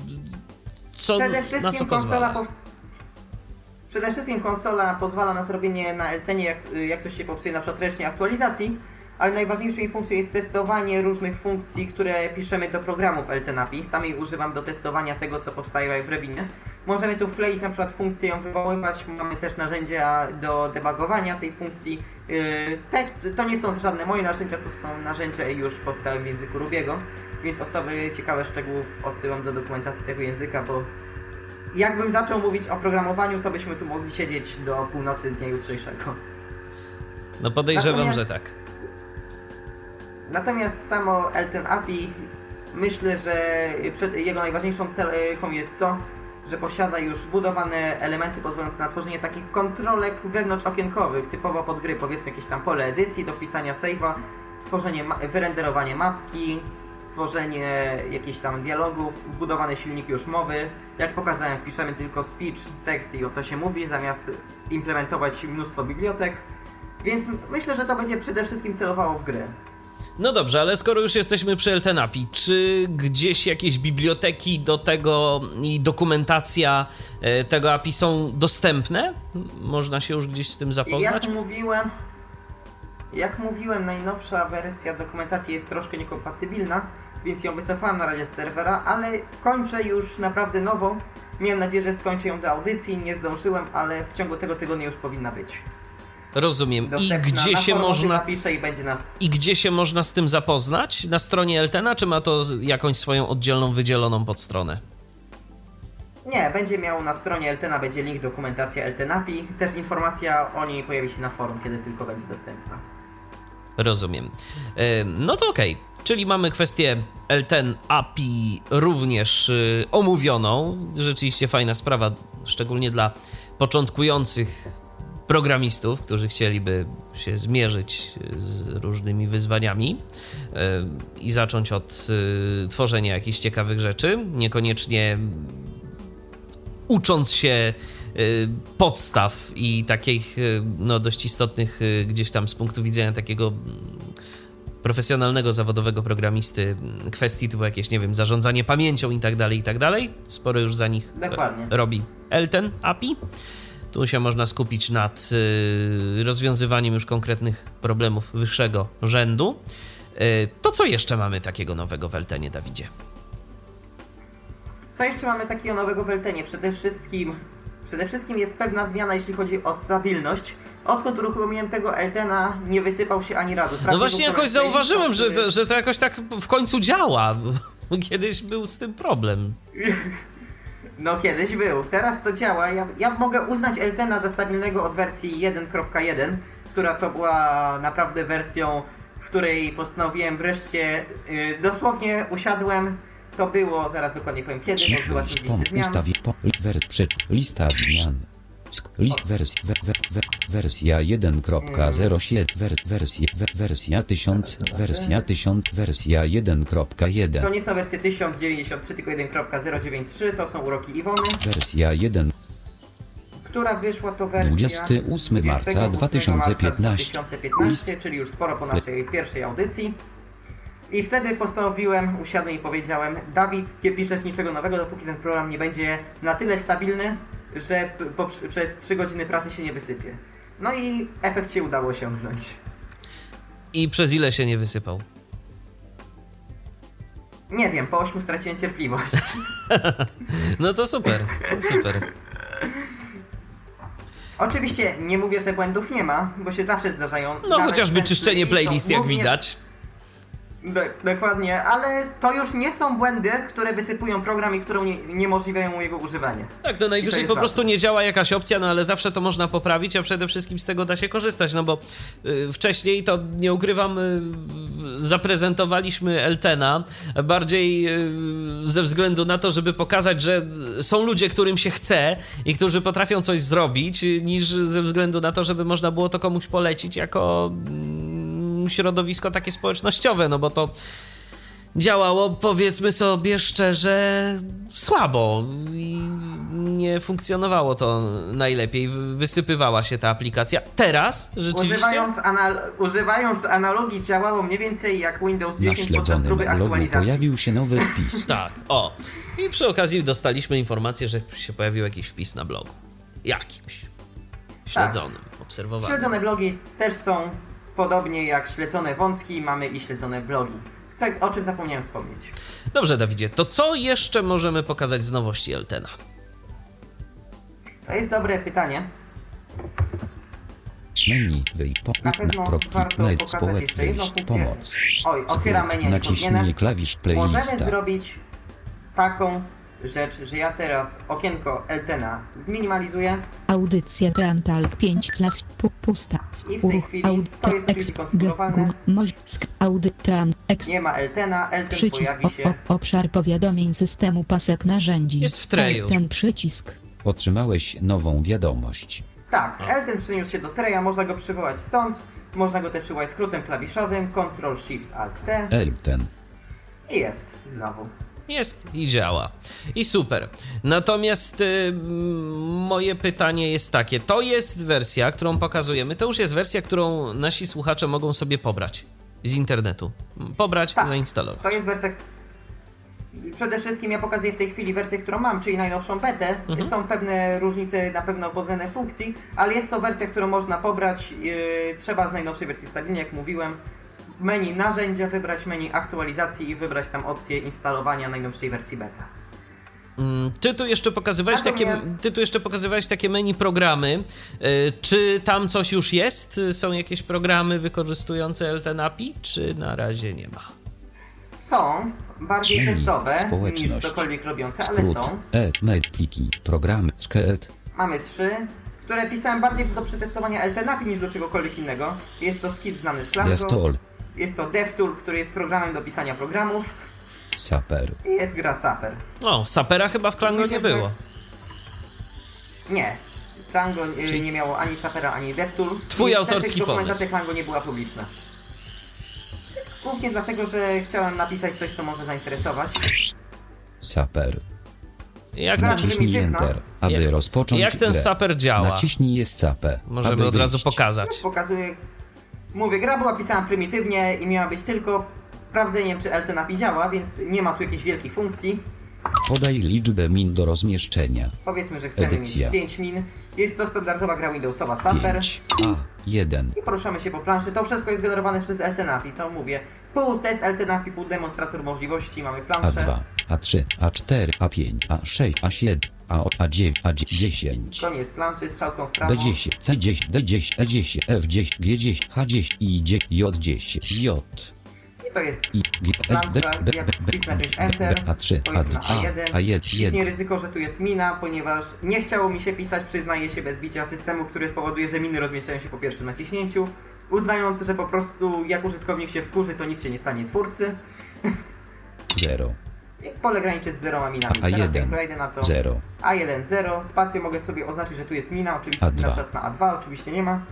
Na co pozwala? Przede wszystkim konsola pozwala na zrobienie na LTN-ie, jak coś się popsuje, na przykład ręcznie aktualizacji, ale najważniejszą jej funkcją jest testowanie różnych funkcji, które piszemy do programów LTN API. Sam jej używam do testowania tego, co powstaje w Revinie. Możemy tu wkleić na przykład funkcję, ją wywoływać, mamy też narzędzia do debugowania tej funkcji. To nie są żadne moje narzędzia, to są narzędzia już powstałe w języku Rubiego, więc osoby ciekawe szczegółów odsyłam do dokumentacji tego języka, bo jakbym zaczął mówić o programowaniu, to byśmy tu mogli siedzieć do północy dnia jutrzejszego. No podejrzewam, że tak. Natomiast samo LTN API, myślę, że jego najważniejszą cechą jest to, że posiada już wbudowane elementy pozwalające na tworzenie takich kontrolek wewnątrzokienkowych, typowo pod gry, powiedzmy jakieś tam pole edycji, do wpisania save'a, wyrenderowanie mapki, stworzenie jakichś tam dialogów, wbudowany silnik już mowy. Jak pokazałem, wpiszemy tylko speech, tekst i o to się mówi, zamiast implementować mnóstwo bibliotek. Więc myślę, że to będzie przede wszystkim celowało w gry. No dobrze, ale skoro już jesteśmy przy LTN API, czy gdzieś jakieś biblioteki do tego i dokumentacja tego API są dostępne? Można się już gdzieś z tym zapoznać? Jak mówiłem, najnowsza wersja dokumentacji jest troszkę niekompatybilna, więc ją wycofałem na razie z serwera, ale kończę już naprawdę nową. Miałem nadzieję, że skończę ją do audycji, nie zdążyłem, ale w ciągu tego tygodnia już powinna być. Rozumiem. I gdzie się można z tym zapoznać? Na stronie LTN-a, czy ma to jakąś swoją oddzielną, wydzieloną podstronę? Nie, będzie miał na stronie LTN-a, będzie link dokumentacja LTN API. Też informacja o niej pojawi się na forum, kiedy tylko będzie dostępna. Rozumiem. No to okej. Czyli mamy kwestię LTN API również omówioną. Rzeczywiście fajna sprawa, szczególnie dla początkujących programistów, którzy chcieliby się zmierzyć z różnymi wyzwaniami i zacząć od tworzenia jakichś ciekawych rzeczy, niekoniecznie ucząc się podstaw i takich no, dość istotnych gdzieś tam z punktu widzenia takiego profesjonalnego, zawodowego programisty kwestii typu jakieś, nie wiem, zarządzanie pamięcią i tak dalej. Sporo już za nich robi LTN API. Tu się można skupić nad rozwiązywaniem już konkretnych problemów wyższego rzędu. To co jeszcze mamy takiego nowego w LTN-ie, Dawidzie? Co jeszcze mamy takiego nowego w LTN-ie? Przede wszystkim jest pewna zmiana, jeśli chodzi o stabilność. Odkąd uruchomiłem tego LTN-a, nie wysypał się ani razu. No właśnie jakoś zauważyłem, że to jakoś tak w końcu działa. Kiedyś był z tym problem. No kiedyś był, teraz to działa. Ja mogę uznać LTN-a za stabilnego od wersji 1.1, która to była naprawdę wersją, w której postanowiłem wreszcie, dosłownie usiadłem, to było, zaraz dokładnie powiem kiedy, bo była tu lista zmian. Lista zmian. Wersja 1.07, wersja 1000, wersja 1.1. To nie są wersje 1093, tylko 1.093, to są uroki Iwony. Wersja 1. Która wyszła to wersja 28 marca 2015, czyli już sporo po naszej pierwszej audycji. I wtedy postanowiłem, usiadłem i powiedziałem: Dawid, nie piszesz niczego nowego, dopóki ten program nie będzie na tyle stabilny, że przez 3 godziny pracy się nie wysypie. No i efekt się udało osiągnąć. I przez ile się nie wysypał? Nie wiem, po 8 straciłem cierpliwość. No to super, super. Oczywiście nie mówię, że błędów nie ma, bo się zawsze zdarzają. No chociażby czyszczenie playlist, jak widać. Dokładnie, ale to już nie są błędy, które wysypują program i które uniemożliwiają jego używanie. Tak, no najwyżej po prostu nie działa jakaś opcja, no ale zawsze to można poprawić, a przede wszystkim z tego da się korzystać, no bo wcześniej, to nie ukrywam, zaprezentowaliśmy Eltena bardziej ze względu na to, żeby pokazać, że są ludzie, którym się chce i którzy potrafią coś zrobić, niż ze względu na to, żeby można było to komuś polecić jako środowisko takie społecznościowe, no bo to działało, powiedzmy sobie szczerze, słabo i nie funkcjonowało to najlepiej, wysypywała się ta aplikacja. Teraz rzeczywiście... Używając analogii działało mniej więcej jak Windows 10 podczas próby aktualizacji. Pojawił się nowy wpis. Tak, o. I przy okazji dostaliśmy informację, że się pojawił jakiś wpis na blogu. Jakimś. Śledzonym, obserwowanym. Śledzone blogi też są, podobnie jak śledzone wątki, mamy i śledzone blogi. O czym zapomniałem wspomnieć. Dobrze, Dawidzie, to co jeszcze możemy pokazać z nowości Eltena? To jest dobre pytanie. Menu, na pewno warto pokazać jeszcze jedną funkcję. Pomoc. Otwieram menu. Naciśnij klawisz playlista. Możemy zrobić taką rzecz, że ja teraz okienko Eltena zminimalizuję. Audycja Teamtalk 5 pusta. I w tej chwili to jest oczywiście konfigurowane. Nie ma Eltena, Elten pojawi się. Obszar powiadomień systemu pasek narzędzi. Jest w treju. Ten przycisk. Otrzymałeś nową wiadomość. Tak, Elten przeniósł się do treja, można go przywołać stąd, można go też przywołać skrótem klawiszowym Ctrl-Shift-Alt-T. Elten. I jest znowu. Jest i działa. I super. Natomiast moje pytanie jest takie. To jest wersja, którą pokazujemy. To już jest wersja, którą nasi słuchacze mogą sobie pobrać z internetu. Pobrać, tak, zainstalować. To jest wersja... Przede wszystkim ja pokazuję w tej chwili wersję, którą mam, czyli najnowszą betę. Są pewne różnice na pewno pod względem funkcji, ale jest to wersja, którą można pobrać. Trzeba z najnowszej wersji stabilnie, jak mówiłem. Z menu narzędzia wybrać menu aktualizacji i wybrać tam opcję instalowania najnowszej wersji beta. Ty tu jeszcze pokazywałeś takie menu programy. Czy tam coś już jest? Są jakieś programy wykorzystujące Elten API, czy na razie nie ma? Są, bardziej testowe niż cokolwiek robiące, ale są. Pliki, programy, skelet. Mamy 3, które pisałem bardziej do przetestowania Elten API niż do czegokolwiek innego. Jest to skit znany z Klango. Jest to DevTool, który jest programem do pisania programów. Saper. I jest gra Saper. O, Sapera chyba w Klango nie było. Nie. Klango nie miało ani Sapera, ani DevTool. Twój autorski pomysł. Dokumentacja Klango nie była publiczna. Głównie dlatego, że chciałem napisać coś, co może zainteresować. Saper. Naciśnij Enter, aby rozpocząć Jak ten grę. Saper działa? Naciśnij Escape, możemy od razu pokazać. Pokazuję. Mówię, gra była pisana prymitywnie i miała być tylko sprawdzeniem, czy Elten API działa, więc nie ma tu jakichś wielkich funkcji. Podaj liczbę min do rozmieszczenia. Powiedzmy, że chcemy mieć 5 min. Jest to standardowa gra Windowsowa Saper. 5A1. I poruszamy się po planszy. To wszystko jest generowane przez Elten API. To mówię, pół test Elten API, pół demonstrator możliwości. Mamy planszę. A2, A3, A4, A5, A6, A7, A9, A10. Koniec planszy, strzałką w prawo. B10, C10, D10, E10, F10, G10, H10 i J10, J. I to jest plansza, jak kliknę Enter, A3, A1. A1. Istnieje ryzyko, że tu jest mina, ponieważ nie chciało mi się pisać, przyznaję się, bez bicia systemu, który spowoduje, że miny rozmieszczają się po pierwszym naciśnięciu. uznając, że po prostu jak użytkownik się wkurzy, to nic się nie stanie twórcy. 0. Pole graniczy z 0 minami. A1, Teraz jak wejdę na to 0. A1, 0. Spacją mogę sobie oznaczyć, że tu jest mina. Oczywiście A2. na przykład na A2, oczywiście nie ma.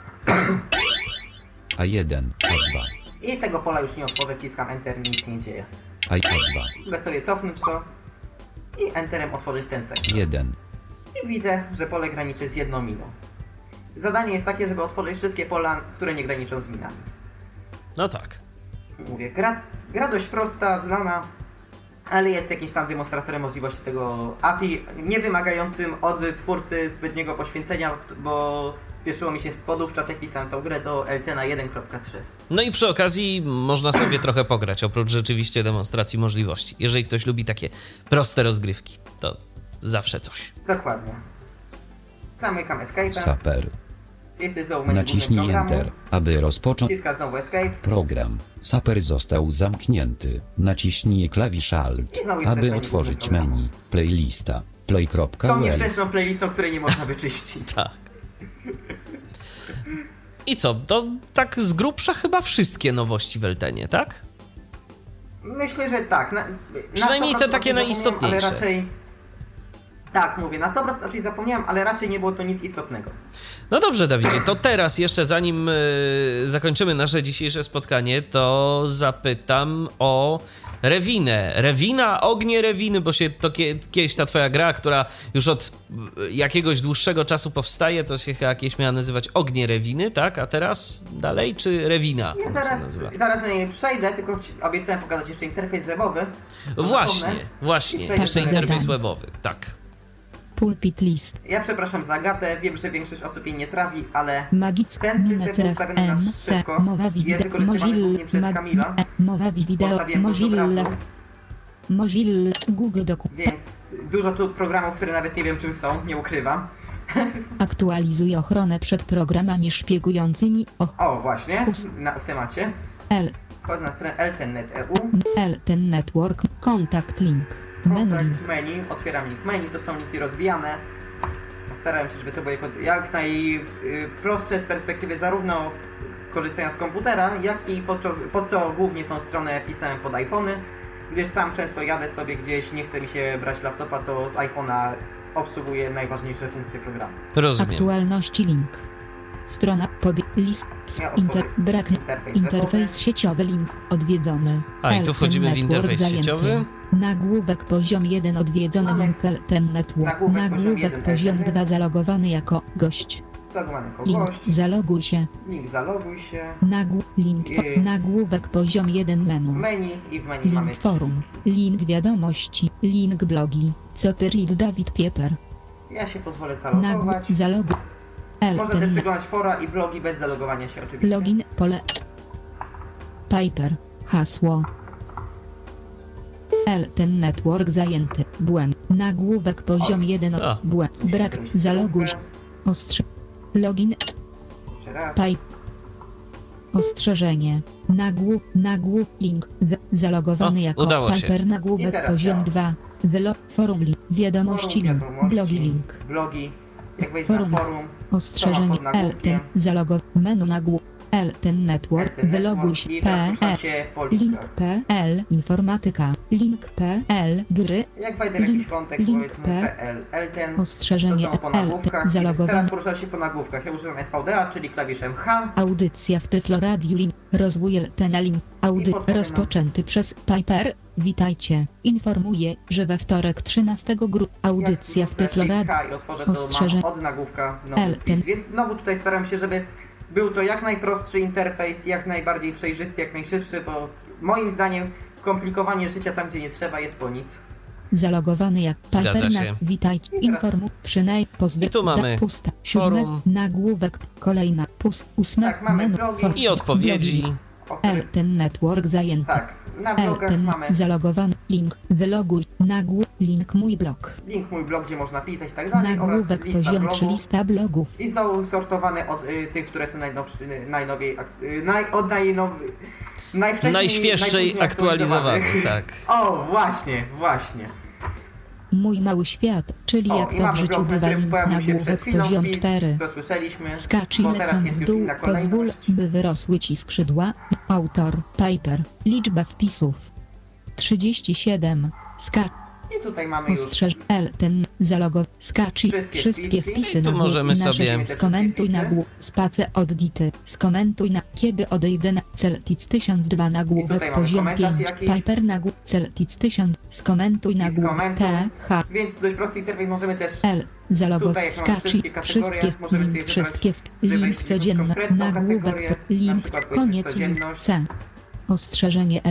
A1, A2, I tego pola już nie otworzę, wciskam Enter, nic nie dzieje. A2, Mogę sobie cofnąć to i Enterem otworzyć ten sektor. 1. I widzę, że pole graniczy z 1 miną. Zadanie jest takie, żeby otworzyć wszystkie pola, które nie graniczą z minami. No tak. Mówię, gra dość prosta, znana, ale jest jakimś tam demonstratorem możliwości tego API, nie wymagającym od twórcy zbytniego poświęcenia, bo spieszyło mi się podówczas, jak pisałem tą grę, do Eltena 1.3. No i przy okazji można sobie trochę pograć, oprócz rzeczywiście demonstracji możliwości. Jeżeli ktoś lubi takie proste rozgrywki, to zawsze coś. Dokładnie. Zamykam Escape'a. Saper. Jesteś znowu w menu Naciśnij głównym Enter, programu. aby rozpocząć Wciska znowu Escape. program. Saper został zamknięty. Naciśnij klawisz Alt, I znowu jestem w aby menu otworzyć głównym programu. menu. Playlista. Z tą Play.ul. nieszczęsną playlistą, której nie można wyczyścić. Tak. I co? To tak z grubsza chyba wszystkie nowości w Eltenie, tak? Myślę, że tak. Przynajmniej te takie najistotniejsze. Ale raczej... Tak, mówię, na 100% oczywiście zapomniałem, ale raczej nie było to nic istotnego. No dobrze, Dawidzie, to teraz jeszcze zanim zakończymy nasze dzisiejsze spotkanie, to zapytam o Rewinę. Rewina, ognie Rewiny, bo się to kiedyś ta twoja gra, która już od jakiegoś dłuższego czasu powstaje, to się chyba jakieś miała nazywać ognie Rewiny, tak? A teraz dalej, czy Rewina? Ja zaraz na niej przejdę, tylko obiecałem pokazać jeszcze interfejs webowy. Właśnie, jeszcze interfejs webowy, tak. Pulpit list. Ja przepraszam za Agatę, wiem, że większość osób jej nie trawi, ale Magicka ten system był ustawiony na szybko. mowa Jest wykorzystywany głównie przez Kamila. mowa wideo, Postawiłem go z Mozilla, obrazu. Mozilla, Google Document. Więc dużo tu programów, które nawet nie wiem czym są, nie ukrywam. Aktualizuje ochronę przed programami szpiegującymi. O, właśnie, w temacie. Chodź na stronę elten.net.eu. Elten Network, kontakt link. Kontakt menu, otwieram link menu, to są linki rozwijane. Starałem się, żeby to było jak najprostsze z perspektywy zarówno korzystania z komputera, jak i po co głównie tą stronę pisałem pod iPhony, gdyż sam często jadę sobie gdzieś, nie chce mi się brać laptopa, to z iPhone'a obsługuję najważniejsze funkcje programu. Rozumiem. Aktualności link. Strona list interfejs sieciowy link odwiedzony. A i tu wchodzimy w interfejs sieciowy. Nagłówek poziom 1 odwiedzony link Elten Network. Nagłówek poziom 2 zalogowany jako gość. Zalogowany jako Link gość. zaloguj się. Link zaloguj się. Nagłówek poziom 1 menu. Menu i w menu mamy Link forum. Link wiadomości. Link blogi. Co pyrił Dawid Pieper. Ja się pozwolę zalogować. Zaloguj. Można też przeglądać fora i blogi bez zalogowania się oczywiście. Login, pole. Piper, hasło. Elten Network zajęty, błęd. Nagłówek poziom 1 błęd. Brak, zaloguj. Ostrze. Login. Jeszcze raz. Pipe. Ostrzeżenie. Nagłów link. Zalogowany jako Piper. Nagłówek poziom 2. Forum link. Wiadomości link. Blogi link. Blogi. Jak wejść na forum. Ostrzeżenie Elten. Zalogowany. Menu nagłów. Elten Network. Wyloguj się. Link.pl. Informatyka. Link.pl. Gry. Jak wejdę w jakiś kontekst, powiedzmy PL. Elten. Ostrzeżenie Elten. Zalogowany. Teraz poruszam się po nagłówkach. Ja używam NVDA, czyli klawiszem H. Audycja w Tyfloradiu. Link. Rozwój Eltena. Link. Rozpoczęty przez Piper. Witajcie. Informuję, że we wtorek 13 grudnia audycja w Tyfloradiu. Ostrzeżenie od nagłówka Elten. Więc znowu tutaj staram się, żeby był to jak najprostszy interfejs, jak najbardziej przejrzysty, jak najszybszy, bo moim zdaniem komplikowanie życia tam, gdzie nie trzeba, jest po nic. Zalogowany jak Piper. Witajcie. Informuj. Przynajmniej I tu mamy pusta. forum. Nagłówek. Kolejna. Ósme. Tak, mamy blogi. I odpowiedzi. Elten Network zajęty. Tak, na blogach mamy. Zalogowany. Link. Wyloguj. Link mój blog. Link mój blog, gdzie można pisać i tak dalej. Nagłówek oraz lista poziom blogów. 3 lista blogów. I znowu sortowane od tych, które są najświeższej aktualizowane, tak. O, właśnie. Mój mały świat, czyli jak to w życiu bywa nagłówek poziom 4. Co słyszeliśmy, Skacz i lecąc w dół, pozwól, by wyrosły ci skrzydła. Autor, Piper. Liczba wpisów 37. Skacz. I tutaj mamy już Ostrzeż ten zalogow. Skacz i wszystkie wpisy tu możemy sobie skomentuj space oddity. Skomentuj kiedy odejdę na Celtic 1002 nagłówek poziom 5. Piper nagłówek Celtic 1000. Skomentuj nagłówek T H. Więc dość prosty interfejs możemy też zalogow. Skacz i wszystkie link codzienny nagłówek link koniec link C. Ostrzeżenie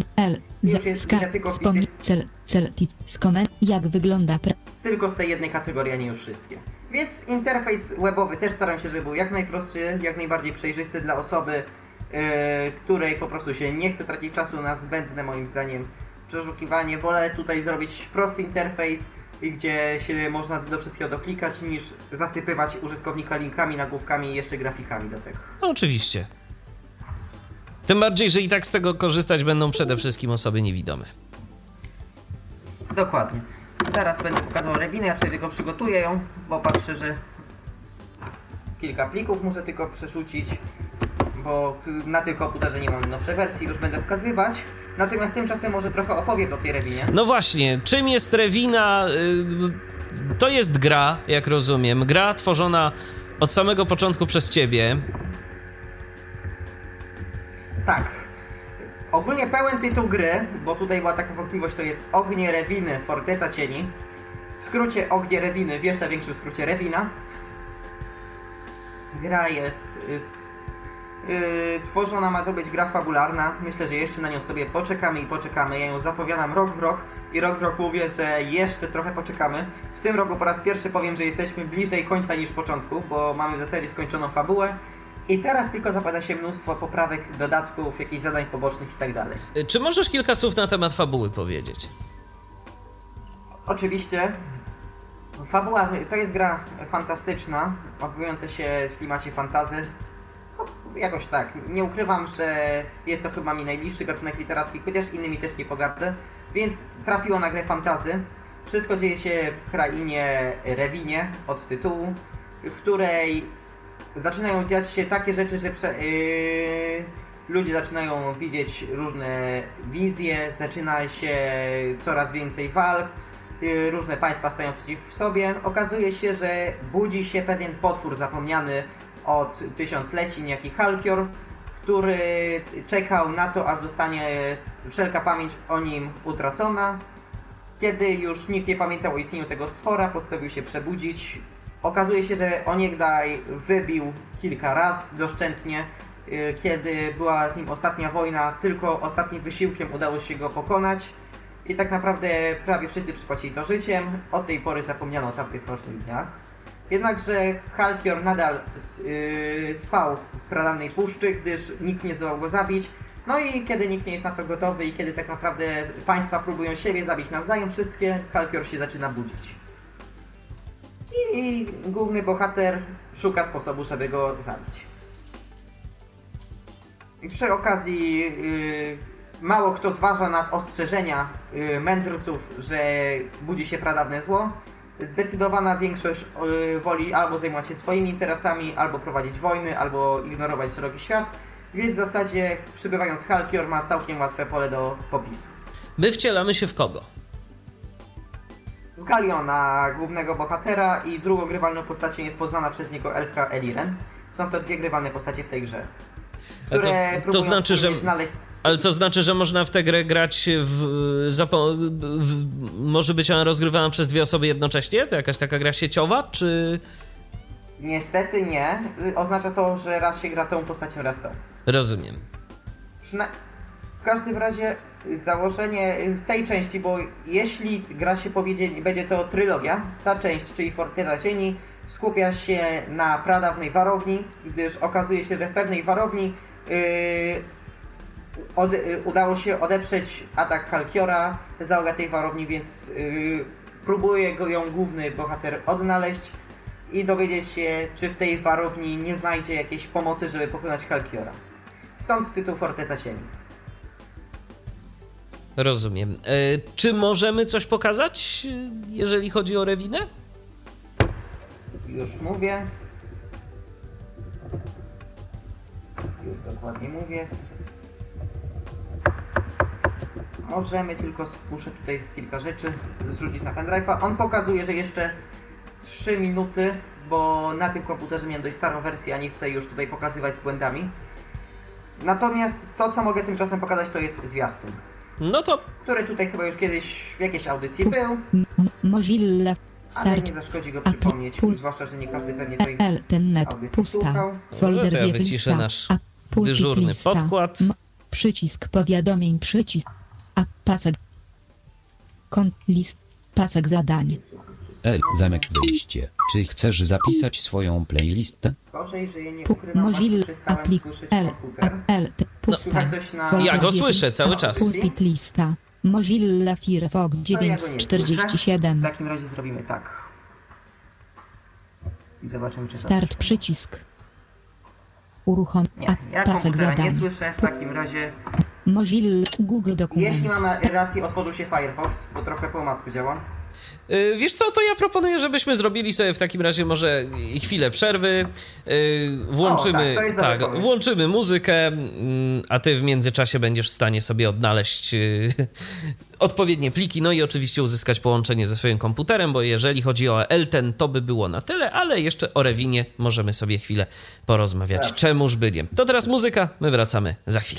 skoment jak wygląda tylko z tej jednej kategorii, a nie już wszystkie. Więc interfejs webowy też staram się, żeby był jak najprostszy, jak najbardziej przejrzysty dla osoby, której po prostu się nie chce tracić czasu na zbędne, moim zdaniem, przeszukiwanie. Wolę tutaj zrobić prosty interfejs, gdzie się można do wszystkiego doklikać, niż zasypywać użytkownika linkami, nagłówkami i jeszcze grafikami do tego. No oczywiście. Tym bardziej, że i tak z tego korzystać będą przede wszystkim osoby niewidome. Dokładnie. Zaraz będę pokazał Rewinę, ja tutaj tylko przygotuję ją, bo patrzę, że kilka plików muszę tylko przerzucić, bo na tym komputerze nie mam nowszej wersji, już będę pokazywać. Natomiast tymczasem może trochę opowiem o tej Rewinie. No właśnie, czym jest Rewina? To jest gra, jak rozumiem. Gra tworzona od samego początku przez ciebie. Tak. Ogólnie pełen tytuł gry, bo tutaj była taka wątpliwość, to jest Ognie Rewiny, Forteca Cieni. W skrócie Ognie Rewiny, w jeszcze większym skrócie Rewina. Gra jest tworzona, ma to być gra fabularna. Myślę, że jeszcze na nią sobie poczekamy i poczekamy. Ja ją zapowiadam rok w rok i rok w rok mówię, że jeszcze trochę poczekamy. W tym roku po raz pierwszy powiem, że jesteśmy bliżej końca niż początku, bo mamy w zasadzie skończoną fabułę. I teraz tylko zapada się mnóstwo poprawek, dodatków, jakichś zadań pobocznych i tak dalej. Czy możesz kilka słów na temat fabuły powiedzieć? Oczywiście. Fabuła to jest gra fantastyczna, odbywająca się w klimacie fantasy. No, jakoś tak. Nie ukrywam, że jest to chyba mi najbliższy gatunek literacki, chociaż innymi też nie pogardzę. Więc trafiło na grę fantasy. Wszystko dzieje się w krainie Rewinie od tytułu, w której zaczynają dziać się takie rzeczy, że ludzie zaczynają widzieć różne wizje, zaczyna się coraz więcej walk, różne państwa stają przeciw sobie. Okazuje się, że budzi się pewien potwór zapomniany od tysiącleci, niejaki Halkior, który czekał na to, aż zostanie wszelka pamięć o nim utracona. Kiedy już nikt nie pamiętał o istnieniu tego stwora, postanowił się przebudzić. Okazuje się, że onegdaj wybił kilka razy doszczętnie. Kiedy była z nim ostatnia wojna, tylko ostatnim wysiłkiem udało się go pokonać. I tak naprawdę prawie wszyscy przypłacili to życiem. Od tej pory zapomniano o tamtych mrocznych dniach. Jednakże Halkior nadal spał w pradawnej puszczy, gdyż nikt nie zdołał go zabić. No i kiedy nikt nie jest na to gotowy i kiedy tak naprawdę państwa próbują siebie zabić nawzajem wszystkie, Halkior się zaczyna budzić. I główny bohater szuka sposobu, żeby go zabić. I przy okazji mało kto zważa nad ostrzeżenia mędrców, że budzi się pradawne zło. Zdecydowana większość woli albo zajmować się swoimi interesami, albo prowadzić wojny, albo ignorować szeroki świat. Więc w zasadzie przybywając Halkior ma całkiem łatwe pole do popisu. My wcielamy się w kogo? W Galiona, głównego bohatera, i drugą grywalną postacią jest poznana przez niego elfka Eliren. Są to dwie grywalne postacie w tej grze, które to znaczy, że znaleźć... Ale to znaczy, że można w tę grę grać może być ona rozgrywana przez dwie osoby jednocześnie? To jakaś taka gra sieciowa, czy... Niestety nie. Oznacza to, że raz się gra tą postacią, raz tą. Rozumiem. W każdym razie założenie tej części, bo jeśli gra się będzie to trylogia, ta część, czyli Forteca Cieni, skupia się na pradawnej warowni, gdyż okazuje się, że w pewnej warowni udało się odeprzeć atak Halkiora, załoga tej warowni, więc próbuje ją główny bohater odnaleźć i dowiedzieć się, czy w tej warowni nie znajdzie jakiejś pomocy, żeby pokonać Halkiora. Stąd tytuł Forteca Cieni. Rozumiem. Czy możemy coś pokazać, jeżeli chodzi o Rewinę? Już mówię. Już dokładnie mówię. Możemy, tylko muszę tutaj kilka rzeczy zrzucić na pendrive'a. On pokazuje, że jeszcze 3 minuty, bo na tym komputerze miałem dość starą wersję, a nie chcę już tutaj pokazywać z błędami. Natomiast to, co mogę tymczasem pokazać, to jest zwiastun. No to... Który tutaj chyba już kiedyś w jakiejś audycji był. Mozilla Ale Start nie zaszkodzi go przypomnieć, zwłaszcza, że nie każdy pewnie tej Ten audycji pusta. słuchał. Folder to ja wiewy wyciszę lista. nasz Pulpit dyżurny lista. podkład. Przycisk powiadomień, przycisk. Pasek. List. Pasek zadań. Zamek wyjście. Czy chcesz zapisać swoją playlistę? Gorzej, że je nie ukrywam, właśnie Mozilla przestałem słyszeć komputer. pusta. Słychać coś na... Folder Ja go wiewy słyszę lista. cały czas. Pulpit lista. Mozilla Firefox To ja go nie słyszę. 947. W takim razie zrobimy tak. I zobaczymy, czy Start przycisk. Uruchom. Nie, ja Pasek komputera nie zadań. słyszę, w takim razie... Mozilla Google dokument. Jeśli mam rację, otworzył się Firefox, bo trochę po omacku działa. Wiesz co, to ja proponuję, żebyśmy zrobili sobie w takim razie może chwilę przerwy, włączymy, to jest dobry pomysł. włączymy muzykę, a ty w międzyczasie będziesz w stanie sobie odnaleźć odpowiednie pliki, no i oczywiście uzyskać połączenie ze swoim komputerem, bo jeżeli chodzi o Elten, to by było na tyle, ale jeszcze o Rewinie możemy sobie chwilę porozmawiać. Tak. Czemuż by nie. To teraz muzyka, my wracamy za chwilę.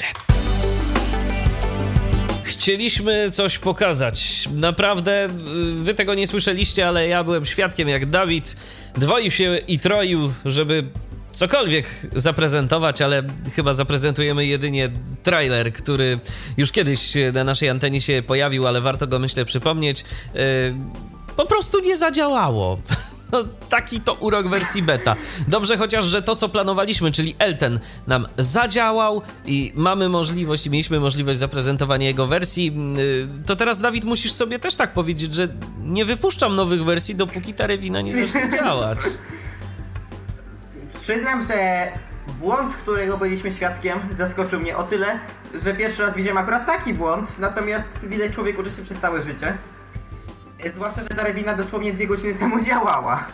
Chcieliśmy coś pokazać. Naprawdę, wy tego nie słyszeliście, ale ja byłem świadkiem, jak Dawid dwoił się i troił, żeby cokolwiek zaprezentować, ale chyba zaprezentujemy jedynie trailer, który już kiedyś na naszej antenie się pojawił, ale warto go, myślę, przypomnieć. Po prostu nie zadziałało. No, taki to urok wersji beta. Dobrze chociaż, że to, co planowaliśmy, czyli Elten, nam zadziałał i mamy możliwość, i mieliśmy możliwość zaprezentowania jego wersji. To teraz, Dawid, musisz sobie też tak powiedzieć, że nie wypuszczam nowych wersji, dopóki ta Rewina nie zacznie działać. Przyznam, że błąd, którego byliśmy świadkiem, zaskoczył mnie o tyle, że pierwszy raz widziałem akurat taki błąd, natomiast widać, człowiek uczy się przez całe życie. Zwłaszcza, że ta Rewina dosłownie 2 godziny temu działała.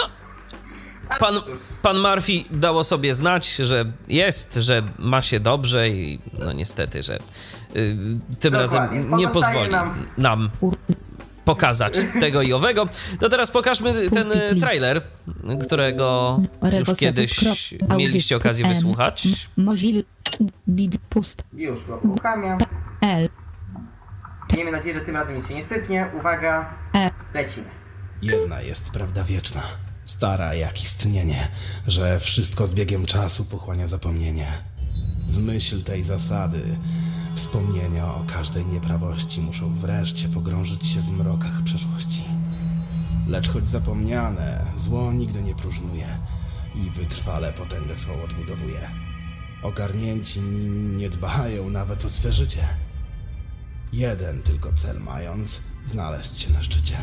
Pan Murphy dało sobie znać, że jest, że ma się dobrze i no niestety, że tym razem nie pozwoli nam pokazać tego i owego. To teraz pokażmy ten trailer, którego już kiedyś mieliście okazję wysłuchać. Mozilla pusta. Już go uruchamiam. Miejmy nadzieję, że tym razem nic się nie sypnie. Uwaga, lecimy. Jedna jest prawda wieczna, stara jak istnienie, że wszystko z biegiem czasu pochłania zapomnienie. W myśl tej zasady wspomnienia o każdej nieprawości muszą wreszcie pogrążyć się w mrokach przeszłości. Lecz choć zapomniane, zło nigdy nie próżnuje i wytrwale potęgę swą odbudowuje. Ogarnięci nie dbają nawet o swe życie. Jeden tylko cel mając, znaleźć się na szczycie.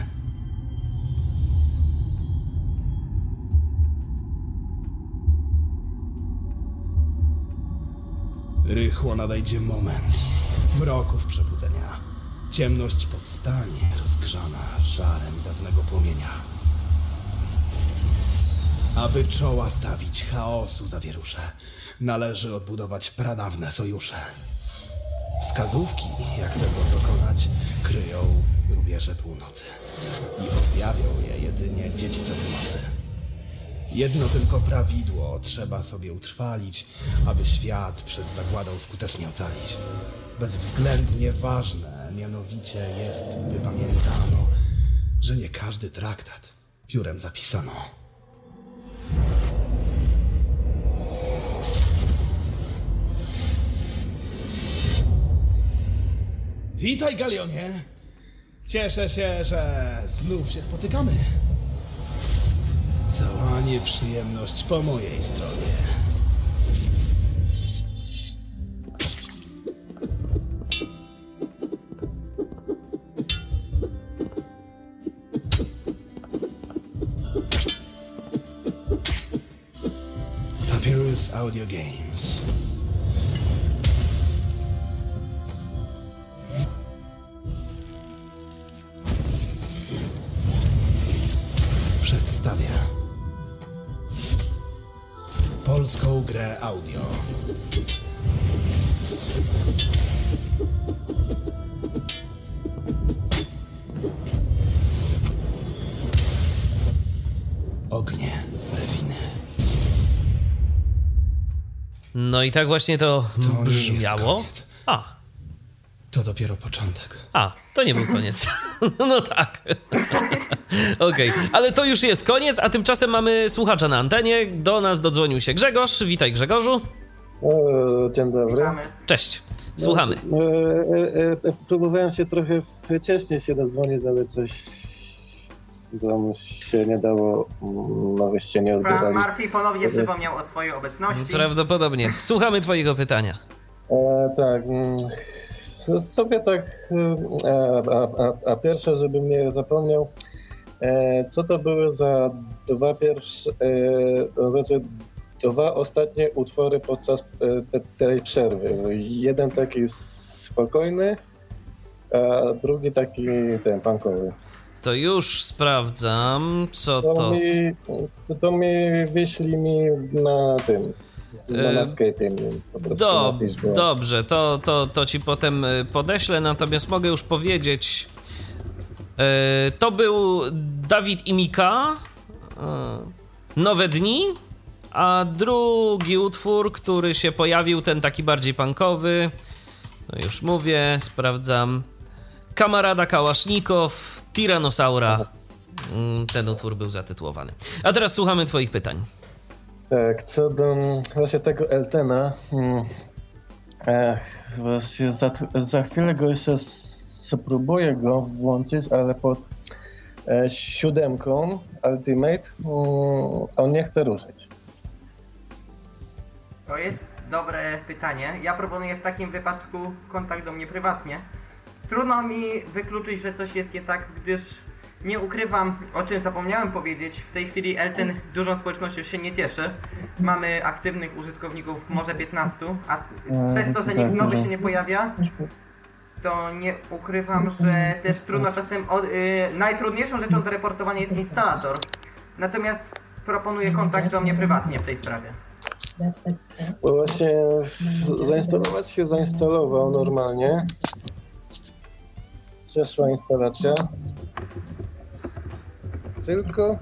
Rychło nadejdzie moment mroków przebudzenia. Ciemność powstanie, rozgrzana żarem dawnego płomienia. Aby czoła stawić chaosu zawierusze, należy odbudować pradawne sojusze. Wskazówki, jak tego dokonać, kryją rubieże północy i objawią je jedynie dziedzicowie mocy. Jedno tylko prawidło trzeba sobie utrwalić, aby świat przed zagładą skutecznie ocalić. Bezwzględnie ważne mianowicie jest, by pamiętano, że nie każdy traktat piórem zapisano. Witaj, Galionie! Cieszę się, że znów się spotykamy. Cała nieprzyjemność po mojej stronie. Papyrus Audio Games. przedstawia polską grę audio. Ognie Rewiny. No i tak właśnie to brzmiało. To dopiero początek. To nie był koniec. No tak. Okej, ale to już jest koniec, a tymczasem mamy słuchacza na antenie. Do nas dodzwonił się Grzegorz. Witaj, Grzegorzu. Dzień dobry. Cześć, słuchamy. Próbowałem się trochę wcześniej się dodzwonić, ale coś tam się nie dało, wyście nie odbierali. Murphy ponownie przypomniał o swojej obecności. Prawdopodobnie. Słuchamy twojego pytania. Tak. Sobie tak, a pierwsze, żebym nie zapomniał, co to były za dwa ostatnie utwory podczas tej przerwy. Jeden taki spokojny, a drugi taki punkowy. To już sprawdzam, co to... To wyślij mi na tym... Na Skype'ie po prostu. Dobrze, to ci potem podeślę, natomiast mogę już powiedzieć, to był Dawid i Mika, Nowe Dni, a drugi utwór, który się pojawił, ten taki bardziej punkowy, no już mówię, sprawdzam, Kamarada Kałasznikow, Tiranosaura, ten utwór był zatytułowany. A teraz słuchamy twoich pytań. Tak, co do właśnie tego Eltena, właśnie za chwilę go jeszcze spróbuję go włączyć, ale pod 7 Ultimate on nie chce ruszyć. To jest dobre pytanie. Ja proponuję w takim wypadku kontakt do mnie prywatnie. Trudno mi wykluczyć, że coś jest nie tak, gdyż nie ukrywam, o czym zapomniałem powiedzieć, w tej chwili Elten dużą społecznością się nie cieszy. Mamy aktywnych użytkowników może 15, a przez to, że nikt nowy się nie pojawia, to nie ukrywam, że też trudno czasem... najtrudniejszą rzeczą do reportowania jest instalator. Natomiast proponuję kontakt do mnie prywatnie w tej sprawie. Bo właśnie zainstalować się zainstalował normalnie. Przeszła instalacja. Tylko...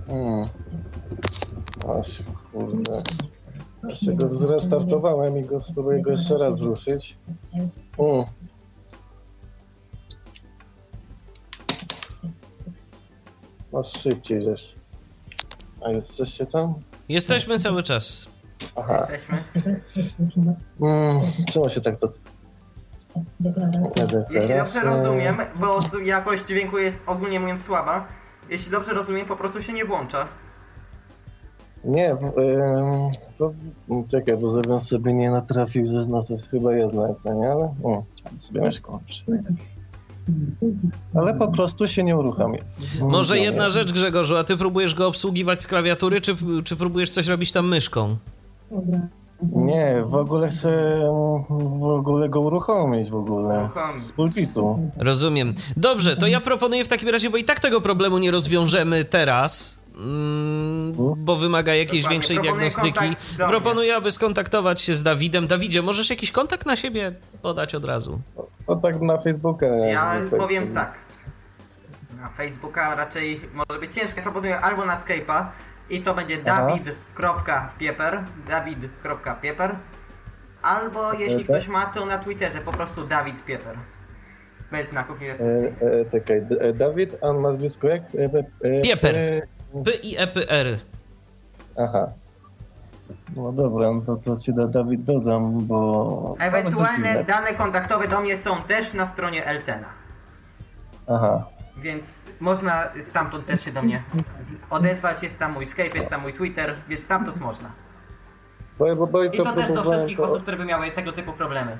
Aż, kurde. Jeszcze go zrestartowałem i spróbuję go jeszcze raz ruszyć. Masz szybciej, żeś. A jesteście tam? Jesteśmy cały czas. Aha. Jesteśmy. Czemu się tak to... Jeśli dobrze rozumiem, bo jakość dźwięku jest ogólnie mówiąc słaba, jeśli dobrze rozumiem, po prostu się nie włącza. Nie, czekaj, bo żebym sobie nie natrafił, że coś chyba jest na ekranie, ale sobie myszką. Ale po prostu się nie uruchamia. Może jedna rzecz, Grzegorzu, a ty próbujesz go obsługiwać z klawiatury, czy próbujesz coś robić tam myszką? Nie, w ogóle chcę go uruchomić z pulpitu. Rozumiem. Dobrze, to ja proponuję w takim razie, bo i tak tego problemu nie rozwiążemy teraz, bo wymaga jakiejś większej diagnostyki. Proponuję, aby skontaktować się z Dawidem. Dawidzie, możesz jakiś kontakt na siebie podać od razu? Tak na Facebooka. Ja powiem tak. Na Facebooka raczej może być ciężko. Proponuję albo na Skype'a i to będzie david.pieper, albo jeśli ktoś ma, to na Twitterze po prostu Dawid Pieper. Bez znaków niepewności. Czekaj, Dawid, a nazwisko jak? Pieper. P-I-E-P-R. Aha. No dobra, to ci Dawid dodam, bo... Ewentualne dane kontaktowe do mnie są też na stronie Eltena. Aha. Więc można stamtąd też się do mnie odezwać, jest tam mój Skype, jest tam mój Twitter, więc stamtąd można. I to też do wszystkich osób, które by miały tego typu problemy.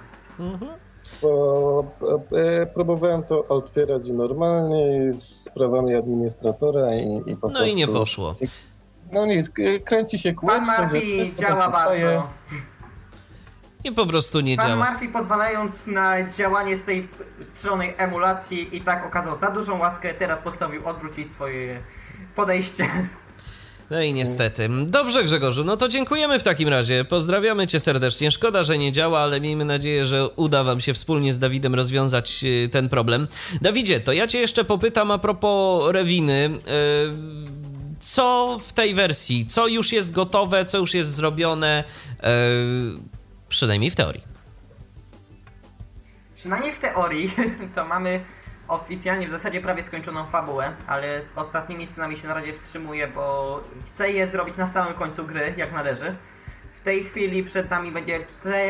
Próbowałem to otwierać normalnie z prawami administratora i po prostu... No i nie poszło. No nic, kręci się kółeczko. Pan Murphy działa bardzo. I po prostu nie działa. Pan Murphy, pozwalając na działanie z tej strony emulacji, i tak okazał za dużą łaskę, teraz postanowił odwrócić swoje podejście. No i niestety. Dobrze, Grzegorzu, no to dziękujemy w takim razie. Pozdrawiamy cię serdecznie. Szkoda, że nie działa, ale miejmy nadzieję, że uda wam się wspólnie z Dawidem rozwiązać ten problem. Dawidzie, to ja cię jeszcze popytam a propos Reviny. Co w tej wersji? Co już jest gotowe? Co już jest zrobione? Przynajmniej w teorii. Przynajmniej w teorii to mamy oficjalnie w zasadzie prawie skończoną fabułę, ale ostatnimi scenami się na razie wstrzymuję, bo chcę je zrobić na samym końcu gry, jak należy. W tej chwili przed nami będzie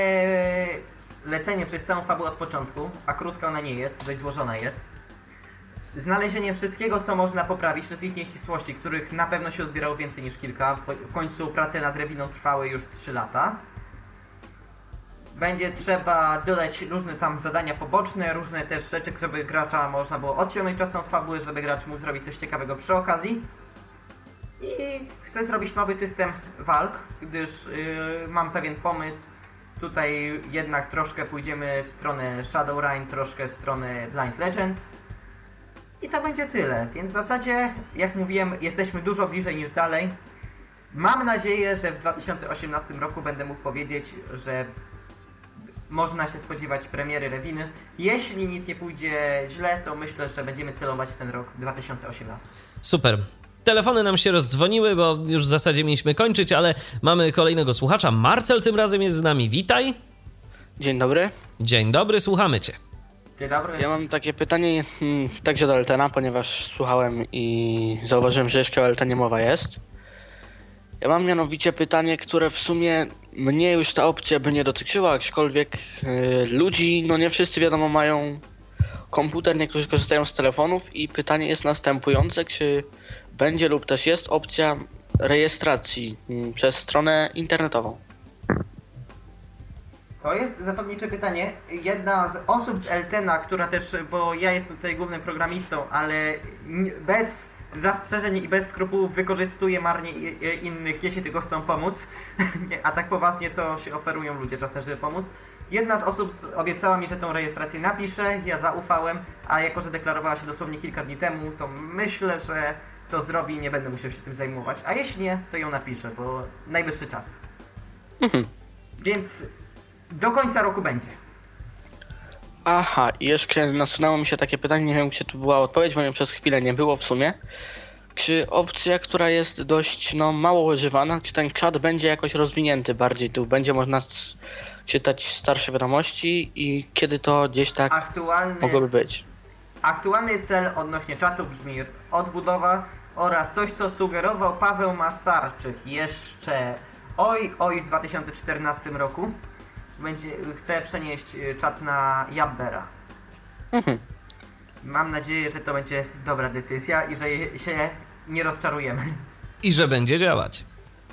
lecenie przez całą fabułę od początku, a krótka ona nie jest, dość złożona jest. Znalezienie wszystkiego, co można poprawić, wszystkich nieścisłości, których na pewno się uzbierało więcej niż kilka. W końcu prace nad Reviną trwały już 3 lata. Będzie trzeba dodać różne tam zadania poboczne, różne też rzeczy, żeby gracza można było odciągnąć czasem od fabuły, żeby gracz mógł zrobić coś ciekawego przy okazji. I chcę zrobić nowy system walk, gdyż mam pewien pomysł. Tutaj jednak troszkę pójdziemy w stronę Shadowrun, troszkę w stronę Blind Legend. I to będzie tyle, więc w zasadzie, jak mówiłem, jesteśmy dużo bliżej niż dalej. Mam nadzieję, że w 2018 roku będę mógł powiedzieć, że można się spodziewać premiery Reviny. Jeśli nic nie pójdzie źle, to myślę, że będziemy celować w ten rok 2018. Super. Telefony nam się rozdzwoniły, bo już w zasadzie mieliśmy kończyć, ale mamy kolejnego słuchacza. Marcel tym razem jest z nami. Witaj. Dzień dobry. Dzień dobry, słuchamy cię. Dzień dobry. Ja mam takie pytanie także do Eltena, ponieważ słuchałem i zauważyłem, że jeszcze o Eltenie mowa jest. Ja mam mianowicie pytanie, które w sumie mnie już ta opcja by nie dotyczyła, aczkolwiek ludzi, no nie wszyscy wiadomo mają komputer, niektórzy korzystają z telefonów i pytanie jest następujące, czy będzie lub też jest opcja rejestracji przez stronę internetową? To jest zasadnicze pytanie. Jedna z osób z Eltena, która też, bo ja jestem tutaj głównym programistą, ale bez zastrzeżeń i bez skrupułów wykorzystuje marnie innych, jeśli tylko chcą pomóc. A tak poważnie to się oferują ludzie czasem, żeby pomóc. Jedna z osób obiecała mi, że tą rejestrację napisze, ja zaufałem, a jako, że deklarowała się dosłownie kilka dni temu, to myślę, że to zrobi i nie będę musiał się tym zajmować. A jeśli nie, to ją napiszę, bo najwyższy czas. Więc do końca roku będzie. Aha, i jeszcze nasunęło mi się takie pytanie, nie wiem, czy tu była odpowiedź, bo mnie przez chwilę nie było w sumie. Czy opcja, która jest dość mało używana, czy ten czat będzie jakoś rozwinięty bardziej? Tu będzie można czytać starsze wiadomości i kiedy to gdzieś tak mogłoby być? Aktualny cel odnośnie czatu brzmi odbudowa oraz coś, co sugerował Paweł Masarczyk jeszcze w 2014 roku. Chce przenieść czat na Jabbera. Mam nadzieję, że to będzie dobra decyzja i że się nie rozczarujemy. I że będzie działać.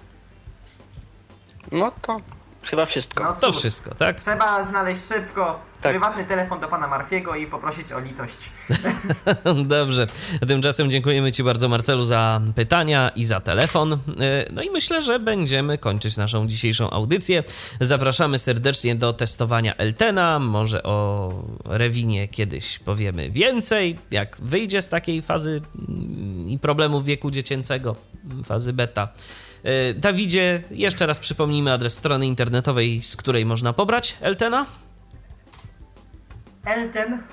No to chyba wszystko. No to wszystko, tak? Trzeba znaleźć szybko prywatny telefon do pana Marfiego i poprosić o litość. Dobrze. Tymczasem dziękujemy ci bardzo, Marcelu, za pytania i za telefon. No i myślę, że będziemy kończyć naszą dzisiejszą audycję. Zapraszamy serdecznie do testowania Eltena. Może o Revinie kiedyś powiemy więcej, jak wyjdzie z takiej fazy i problemów wieku dziecięcego, fazy beta. Dawidzie, jeszcze raz przypomnijmy adres strony internetowej, z której można pobrać Eltena. Elten,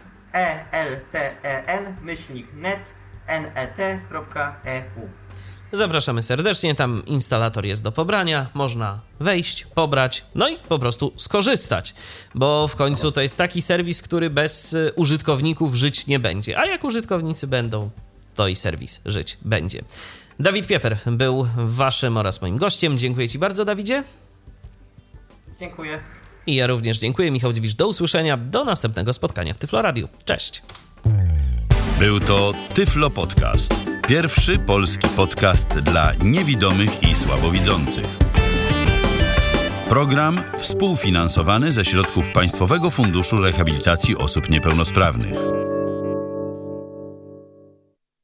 elten-net.eu. Zapraszamy serdecznie, tam instalator jest do pobrania, można wejść, pobrać, no i po prostu skorzystać, bo w końcu to jest taki serwis, który bez użytkowników żyć nie będzie, a jak użytkownicy będą, to i serwis żyć będzie. Dawid Pieper był waszym oraz moim gościem. Dziękuję ci bardzo, Dawidzie. Dziękuję. I ja również dziękuję. Michał Dziwisz, do usłyszenia. Do następnego spotkania w Tyflo Radiu. Cześć. Był to Tyflo Podcast. Pierwszy polski podcast dla niewidomych i słabowidzących. Program współfinansowany ze środków Państwowego Funduszu Rehabilitacji Osób Niepełnosprawnych.